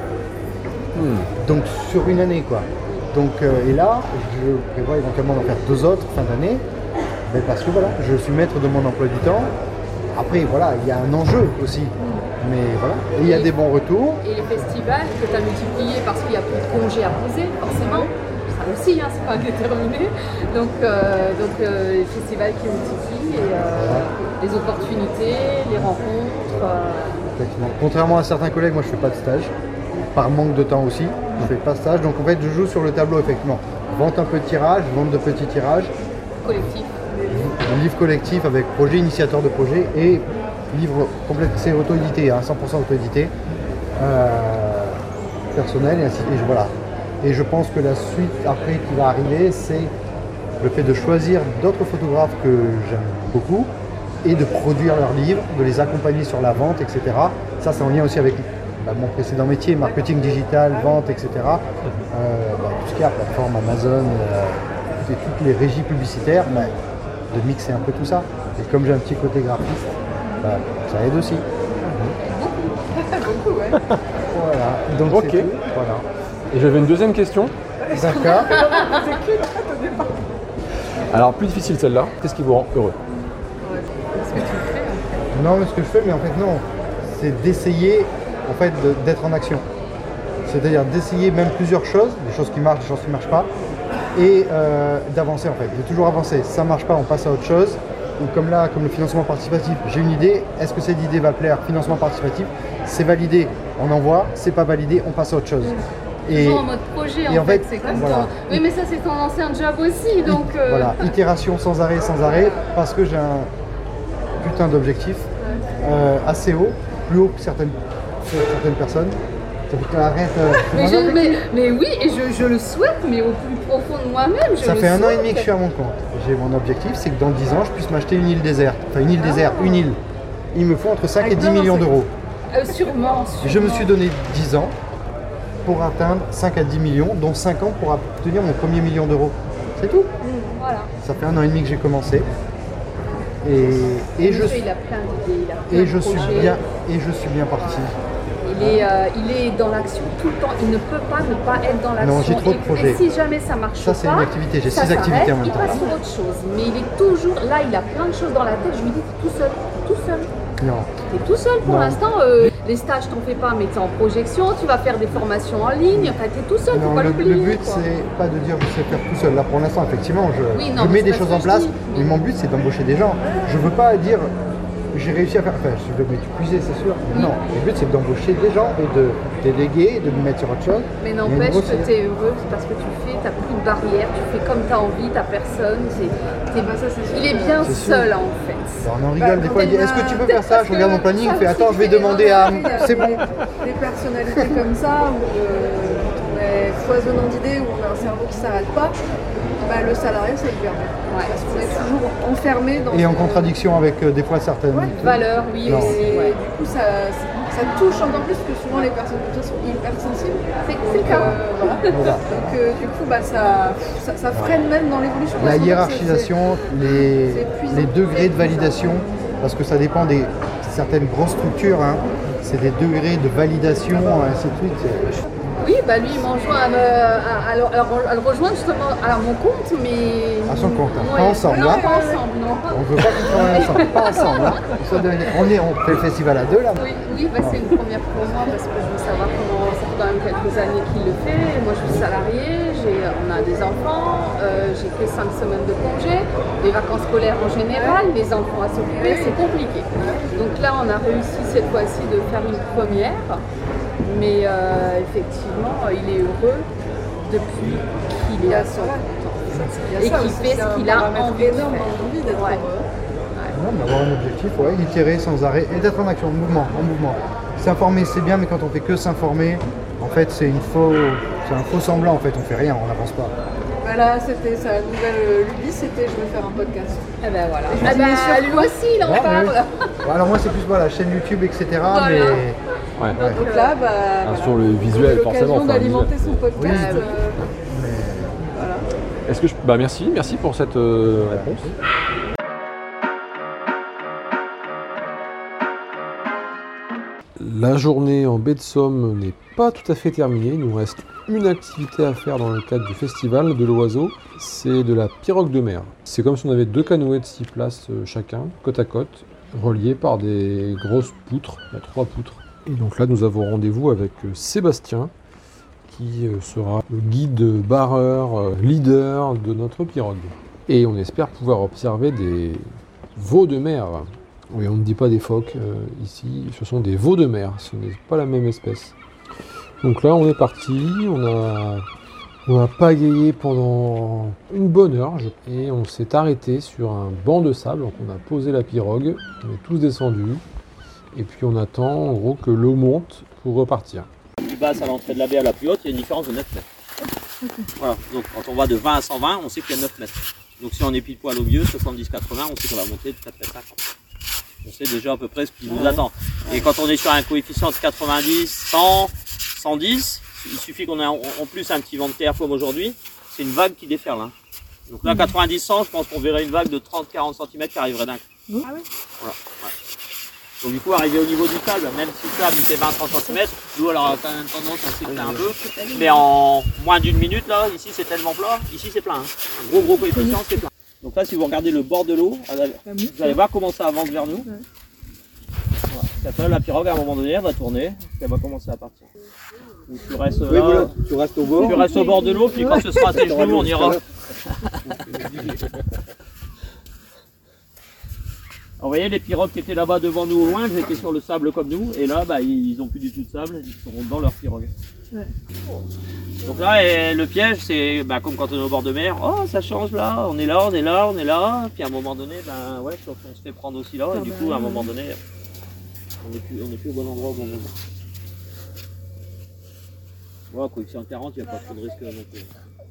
Donc sur une année, quoi. Donc, et là, je prévois éventuellement d'en faire 2 autres fin d'année, mais parce que voilà, je suis maître de mon emploi du temps. Après, voilà, il y a un enjeu aussi, mais voilà, et il y a des bons retours. Et les festivals que tu as multipliés parce qu'il n'y a plus de congés à poser, forcément, ça aussi, hein, c'est pas déterminé. Donc les festivals qui multiplient, et les opportunités, les rencontres. Effectivement. Contrairement à certains collègues, moi je fais pas de stage. Par manque de temps aussi, je fais pas de stage, donc en fait je joue sur le tableau effectivement. Vente un peu de tirage, vente de petits tirages. Collectif. Livre collectif avec projet, initiateur de projet et livre complet, c'est auto-édité, hein, 100% auto-édité, personnel et ainsi de suite. Voilà. Et je pense que la suite après qui va arriver, c'est le fait de choisir d'autres photographes que j'aime beaucoup et de produire leurs livres, de les accompagner sur la vente, etc. Ça c'est en lien aussi avec mon précédent métier, marketing digital, vente, etc. Tout ce qui est plateforme Amazon et toutes les régies publicitaires, de mixer un peu tout ça. Et comme j'ai un petit côté graphiste, ça aide aussi. Beaucoup, ouais. Voilà, donc ok. C'est tout. Voilà. Et j'avais une deuxième question. D'accord. Alors plus difficile celle-là, qu'est-ce qui vous rend heureux? Ce que tu fais. Non, mais ce que je fais, mais en fait non, c'est d'essayer en fait d'être en action. C'est-à-dire d'essayer même plusieurs choses, des choses qui marchent, des choses qui ne marchent pas, et d'avancer en fait, de toujours avancer. Si ça ne marche pas, on passe à autre chose. Ou comme là, comme le financement participatif, j'ai une idée, est-ce que cette idée va plaire? Financement participatif, c'est validé, on envoie, c'est pas validé, on passe à autre chose. Et en mode projet en fait, c'est comme voilà. ça. Oui, mais ça c'est ton ancien job aussi, donc... Voilà, itération sans arrêt, parce que j'ai un putain d'objectif assez haut, plus haut que certaines personnes. Arrête, mais oui, et je le souhaite, mais au plus profond de moi-même. Ça fait 1 an et demi que je suis à mon compte. J'ai mon objectif, c'est que dans 10 ans, je puisse m'acheter une île déserte. Enfin, une île déserte, une île. Il me faut entre 5 et 10 millions d'euros. Sûrement. Je me suis donné 10 ans pour atteindre 5 à 10 millions, dont 5 ans pour obtenir mon premier million d'euros. C'est tout. Voilà. Ça fait 1 an et demi que j'ai commencé. Et il a plein d'idées, il a plein de projets. Et je suis bien parti. Il est dans l'action tout le temps, il ne peut pas ne pas être dans l'action. Non, j'ai trop de projets. Et si jamais ça marche pas, ça c'est une activité, j'ai 6 activités en même temps. Il passe sur autre chose, mais il est toujours là, il a plein de choses dans la tête, je lui dis t'es tout seul. Non. T'es tout seul pour l'instant, les stages t'en fais pas, mais t'es en projection, tu vas faire des formations en ligne, enfin t'es tout seul, faut pas l'oublier. Le but c'est pas de dire je sais faire tout seul, là pour l'instant effectivement je mets des choses en place, mais mon but c'est d'embaucher des gens. Je veux pas dire j'ai réussi à faire. Enfin, je vais m'épuiser, c'est sûr. Non, le but c'est d'embaucher des gens et de déléguer, de me mettre sur autre chose. Mais n'empêche que tu es heureux parce que tu fais, t'as plus de barrière, tu fais comme tu as envie, t'as personne. Il est bien seul en fait. Alors, on en rigole des fois, il dit est-ce que tu peux faire ça? Je regarde mon planning, il fait attends, je vais demander à. C'est bon. Des personnalités comme ça, où on est foisonnant d'idées, où on a un cerveau qui ne s'arrête pas, bah, le salarié c'est hyper bien. Parce qu'on est toujours enfermé dans. Et en contradiction avec des fois certaines valeurs, oui. Et du coup, ça touche encore plus que souvent les personnes comme ça sont hypersensibles. C'est le cas. Voilà. Donc du coup, bah, ça freine même dans l'évolution. La hiérarchisation, les degrés de validation, parce que ça dépend des certaines grosses structures, hein, c'est des degrés de validation, ainsi de suite. Oui, bah lui il m'enjoint à le rejoindre justement à mon compte, mais. À son compte, hein. Pas ensemble. Non, hein. pas ensemble, non. On ne veut pas qu'on travaille ensemble, pas ensemble. Hein. On fait le festival à deux là. Oui, bah, c'est une première pour moi parce que je veux savoir comment. Ça fait quand même quelques années qu'il le fait. Moi je suis salariée, on a des enfants, j'ai que 5 semaines de congé, les vacances scolaires en général, mes enfants à s'occuper, c'est compliqué. Donc là on a réussi cette fois-ci de faire une première. Mais effectivement, il est heureux depuis qu'il est à son compte et qu'il fait ce qu'il a envie de faire. D'avoir un objectif, itérer sans arrêt et d'être en action, en mouvement. S'informer c'est bien, mais quand on fait que s'informer, en fait c'est un faux semblant, en fait on fait rien, on n'avance pas. Voilà, c'était sa nouvelle lubie, c'était je vais faire un podcast. Et ben voilà. Lui aussi il en parle. Oui. Alors moi c'est plus la chaîne YouTube, etc. Voilà. Mais... Ouais. Donc là, sur le visuel, forcément. L'occasion d'alimenter son podcast. Voilà. Est-ce que merci pour cette réponse. La journée en baie de Somme n'est pas tout à fait terminée. Il nous reste une activité à faire dans le cadre du festival de l'Oiseau. C'est de la pirogue de mer. C'est comme si on avait 2 canoës de 6 places chacun, côte à côte, reliés par des grosses poutres. Il y a 3 poutres. Et donc là, nous avons rendez-vous avec Sébastien, qui sera le guide barreur, leader de notre pirogue. Et on espère pouvoir observer des veaux de mer. Oui, on ne dit pas des phoques ici, ce sont des veaux de mer, ce n'est pas la même espèce. Donc là, on est parti, on a pagayé pendant une bonne heure, et on s'est arrêté sur un banc de sable, donc on a posé la pirogue, on est tous descendus. Et puis on attend en gros que l'eau monte pour repartir. Du plus basse à l'entrée de la baie à la plus haute, il y a une différence de 9 mètres. Okay. Voilà, donc quand on va de 20 à 120, on sait qu'il y a 9 mètres. Donc si on est pile poil au milieu, 70-80, on sait qu'on va monter de 4 mètres à 50. On sait déjà à peu près ce qui nous attend. Et quand on est sur un coefficient de 90, 100, 110, il suffit qu'on ait en plus un petit vent de terre comme aujourd'hui, c'est une vague qui déferle. Hein. Donc là, 90-100, je pense qu'on verrait une vague de 30-40 cm qui arriverait d'un coup. Ah oui. Voilà. Ouais. Donc du coup, arriver au niveau du sable, même si le sable fait 20-30 cm, l'eau elle aura quand même tendance à s'éclater un peu. Mais en moins d'une minute, là, ici c'est tellement plat, ici c'est plein. Hein. Un gros coefficient, c'est plein. Donc là, si vous regardez le bord de l'eau, vous allez voir comment ça avance vers nous. Voilà. Après, la pirogue, à un moment donné, elle va tourner, puis elle va commencer à partir. Donc, tu restes là, voilà. Tu restes au bord. Tu restes au bord de l'eau, puis quand ce sera à tes genoux, on ira. Alors, vous voyez les pirogues qui étaient là-bas devant nous au loin, elles étaient sur le sable comme nous, et là ils n'ont plus du tout de sable, ils seront dans leur pirogue. Ouais. Donc là, le piège, c'est comme quand on est au bord de mer, oh ça change là, on est là, puis à un moment donné, on se fait prendre aussi là, et du coup à un moment donné, on n'est plus au bon endroit au bon moment. Voilà, coefficient 40, il n'y a pas trop de risque non plus.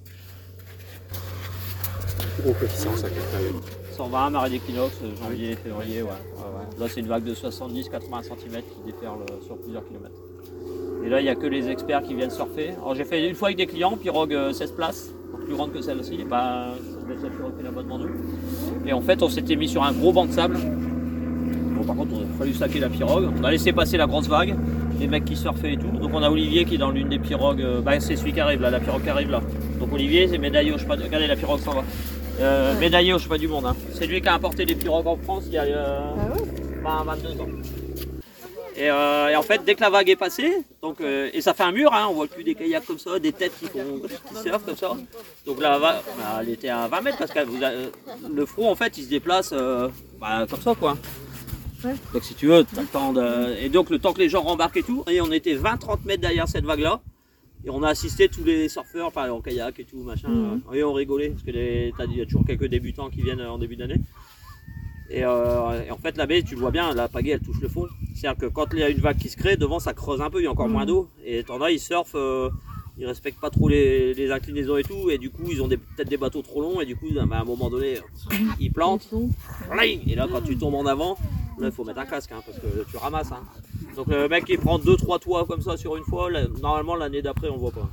Gros coefficient, ça fait 120, marée d'équinoxe, janvier, février, ouais. Là, c'est une vague de 70-80 cm qui déferle sur plusieurs kilomètres. Et là, il n'y a que les experts qui viennent surfer. Alors, j'ai fait une fois avec des clients, pirogue 16 places, plus grande que celle-ci. Je laisse la pirogue qui est là-bas devant nous. Et en fait, on s'était mis sur un gros banc de sable. Bon, par contre, il a fallu saquer la pirogue. On a laissé passer la grosse vague, les mecs qui surfaient et tout. Donc, on a Olivier qui est dans l'une des pirogues. C'est celui qui arrive là, la pirogue qui arrive là. Donc, Olivier, c'est médaillé au chemin. Regardez, la pirogue s'en va. Médaillé au chemin du monde. Hein. C'est lui qui a importé les pirogues en France il y a 22 ans. Et en fait, dès que la vague est passée, donc, et ça fait un mur, hein, on voit plus des kayaks comme ça, des têtes qui surfent comme ça. Donc la vague, elle était à 20 mètres parce que le front en fait il se déplace comme ça quoi. Ouais. Donc si tu veux, t'as le temps de... Et donc le temps que les gens rembarquent et tout, et on était 20-30 mètres derrière cette vague-là. Et on a assisté tous les surfeurs, enfin en kayak et tout, machin. Et on rigolait, parce que il y a toujours quelques débutants qui viennent en début d'année. Et en fait, la baie, tu le vois bien, la pagaie, elle touche le fond. C'est-à-dire que quand il y a une vague qui se crée, devant ça creuse un peu, il y a encore moins d'eau. Et t'en as, ils surfent, ils respectent pas trop les inclinaisons et tout. Et du coup, ils ont peut-être des bateaux trop longs. Et du coup, à un moment donné, ils plantent. Et là, quand tu tombes en avant, là, il faut mettre un casque, hein, parce que tu ramasses. Hein. Donc le mec qui prend 2-3 toits comme ça sur une fois, là, normalement l'année d'après on le voit pas.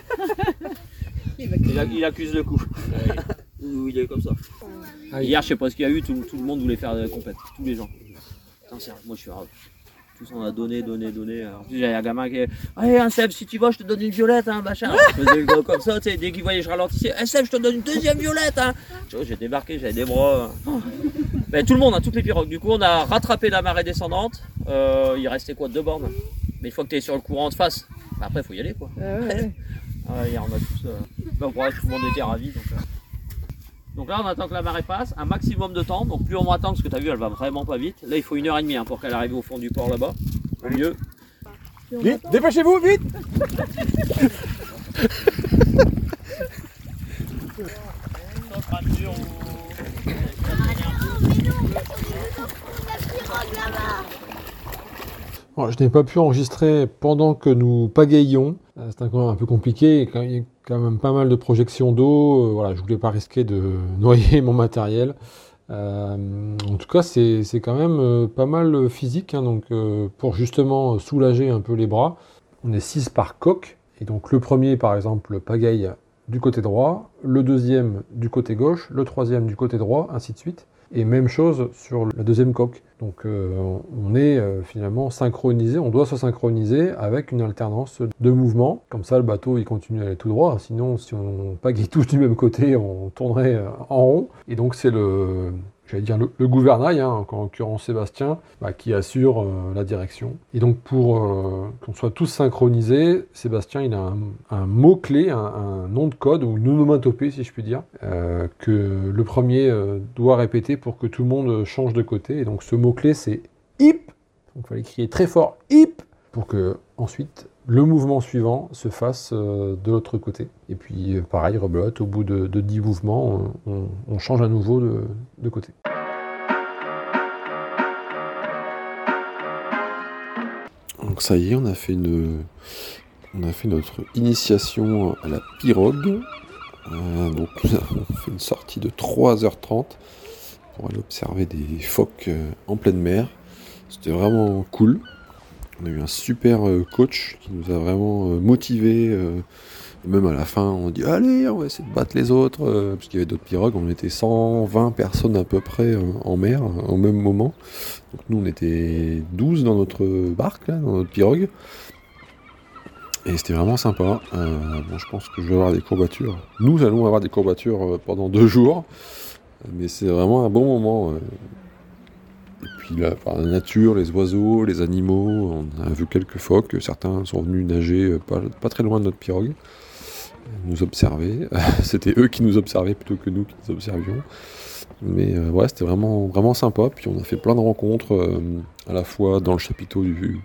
il accuse le coup. Ou il est comme ça. Hier je sais pas ce qu'il y a eu, tout le monde voulait faire des compètes, tous les gens. Putain, moi je suis rare. Tous on a donné. Alors j'avais un gamin qui est allez un Seb, si tu vas je te donne une violette hein, machin. Je faisais le gars comme ça, tu sais, dès qu'il voyait je ralentissais, hey, Seb je te donne une deuxième violette hein. J'ai débarqué, j'avais des bras. Mais tout le monde, hein, toutes les pirogues. Du coup on a rattrapé la marée descendante. Il restait quoi, 2 bornes. Mais une fois que tu es sur le courant de face, bah après il faut y aller quoi. Hier on a tous. Tout le monde était ravi. Donc là on attend que la marée passe, un maximum de temps. Donc plus on attend, parce que tu as vu elle va vraiment pas vite. Là il faut 1h30 hein, pour qu'elle arrive au fond du port là-bas. Au mieux. Vite, dépêchez-vous, vite. Bon, je n'ai pas pu enregistrer pendant que nous pagaillions. C'est un peu compliqué. Il y a quand même pas mal de projections d'eau. Voilà, je voulais pas risquer de noyer mon matériel. En tout cas, c'est quand même pas mal physique. Hein, donc, pour justement soulager un peu les bras, on est 6 par coque. Et donc, le premier, par exemple, pagaille du côté droit, le deuxième du côté gauche, le troisième du côté droit, ainsi de suite. Et même chose sur la deuxième coque. Donc on est finalement synchronisé, on doit se synchroniser avec une alternance de mouvements. Comme ça le bateau il continue à aller tout droit, sinon si on pagaille tous du même côté, on tournerait en rond. Et donc c'est le gouvernail, hein, en l'occurrence Sébastien, qui assure la direction. Et donc pour qu'on soit tous synchronisés, Sébastien il a un mot-clé, un nom de code, ou une onomatopée si je puis dire, que le premier doit répéter pour que tout le monde change de côté. Et donc ce mot-clé c'est HIP, donc il fallait crier très fort HIP, pour que ensuite le mouvement suivant se fasse de l'autre côté. Et puis pareil, rebelote, au bout de 10 mouvements, on change à nouveau de côté. Donc ça y est, on a fait notre initiation à la pirogue. Donc on fait une sortie de 3h30 pour aller observer des phoques en pleine mer. C'était vraiment cool. On a eu un super coach qui nous a vraiment motivés. Même à la fin, on dit allez, on va essayer de battre les autres. Parce qu'il y avait d'autres pirogues, on était 120 personnes à peu près en mer au même moment. Donc nous, on était 12 dans notre barque, là, dans notre pirogue. Et c'était vraiment sympa. Bon, je pense que je vais avoir des courbatures. Nous allons avoir des courbatures pendant 2 jours. Mais c'est vraiment un bon moment. Et puis là, par la nature, les oiseaux, les animaux, on a vu quelques phoques, certains sont venus nager pas très loin de notre pirogue, nous observer. C'était eux qui nous observaient plutôt que nous qui les observions. Mais ouais, c'était vraiment, vraiment sympa. Puis on a fait plein de rencontres, à la fois dans le chapiteau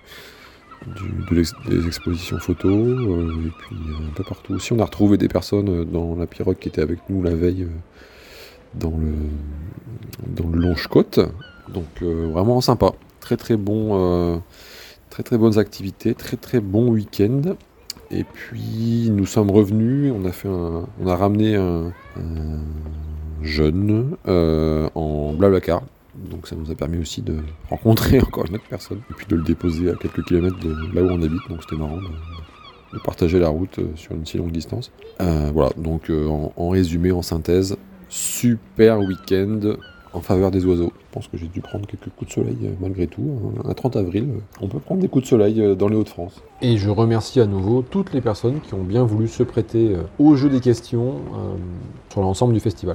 des expositions photos, et puis un peu partout. Aussi, on a retrouvé des personnes dans la pirogue qui étaient avec nous la veille dans le Longe-Côte. Donc vraiment sympa, très très bon, très bonnes activités, très bon week-end. Et puis nous sommes revenus, on a ramené un jeune en Blablacar. Donc ça nous a permis aussi de rencontrer encore une autre personne et puis de le déposer à quelques kilomètres de là où on habite. Donc c'était marrant de partager la route sur une si longue distance. Voilà, donc en résumé, en synthèse, super week-end en faveur des oiseaux. Je pense que j'ai dû prendre quelques coups de soleil malgré tout. Un 30 avril, on peut prendre des coups de soleil dans les Hauts-de-France. Et je remercie à nouveau toutes les personnes qui ont bien voulu se prêter au jeu des questions sur l'ensemble du festival.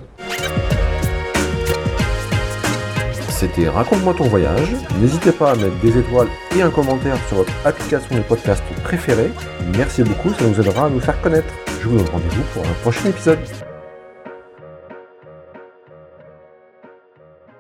C'était Raconte-moi ton voyage. N'hésitez pas à mettre des étoiles et un commentaire sur votre application de podcast préférée. Merci beaucoup, ça nous aidera à nous faire connaître. Je vous donne rendez-vous pour un prochain épisode.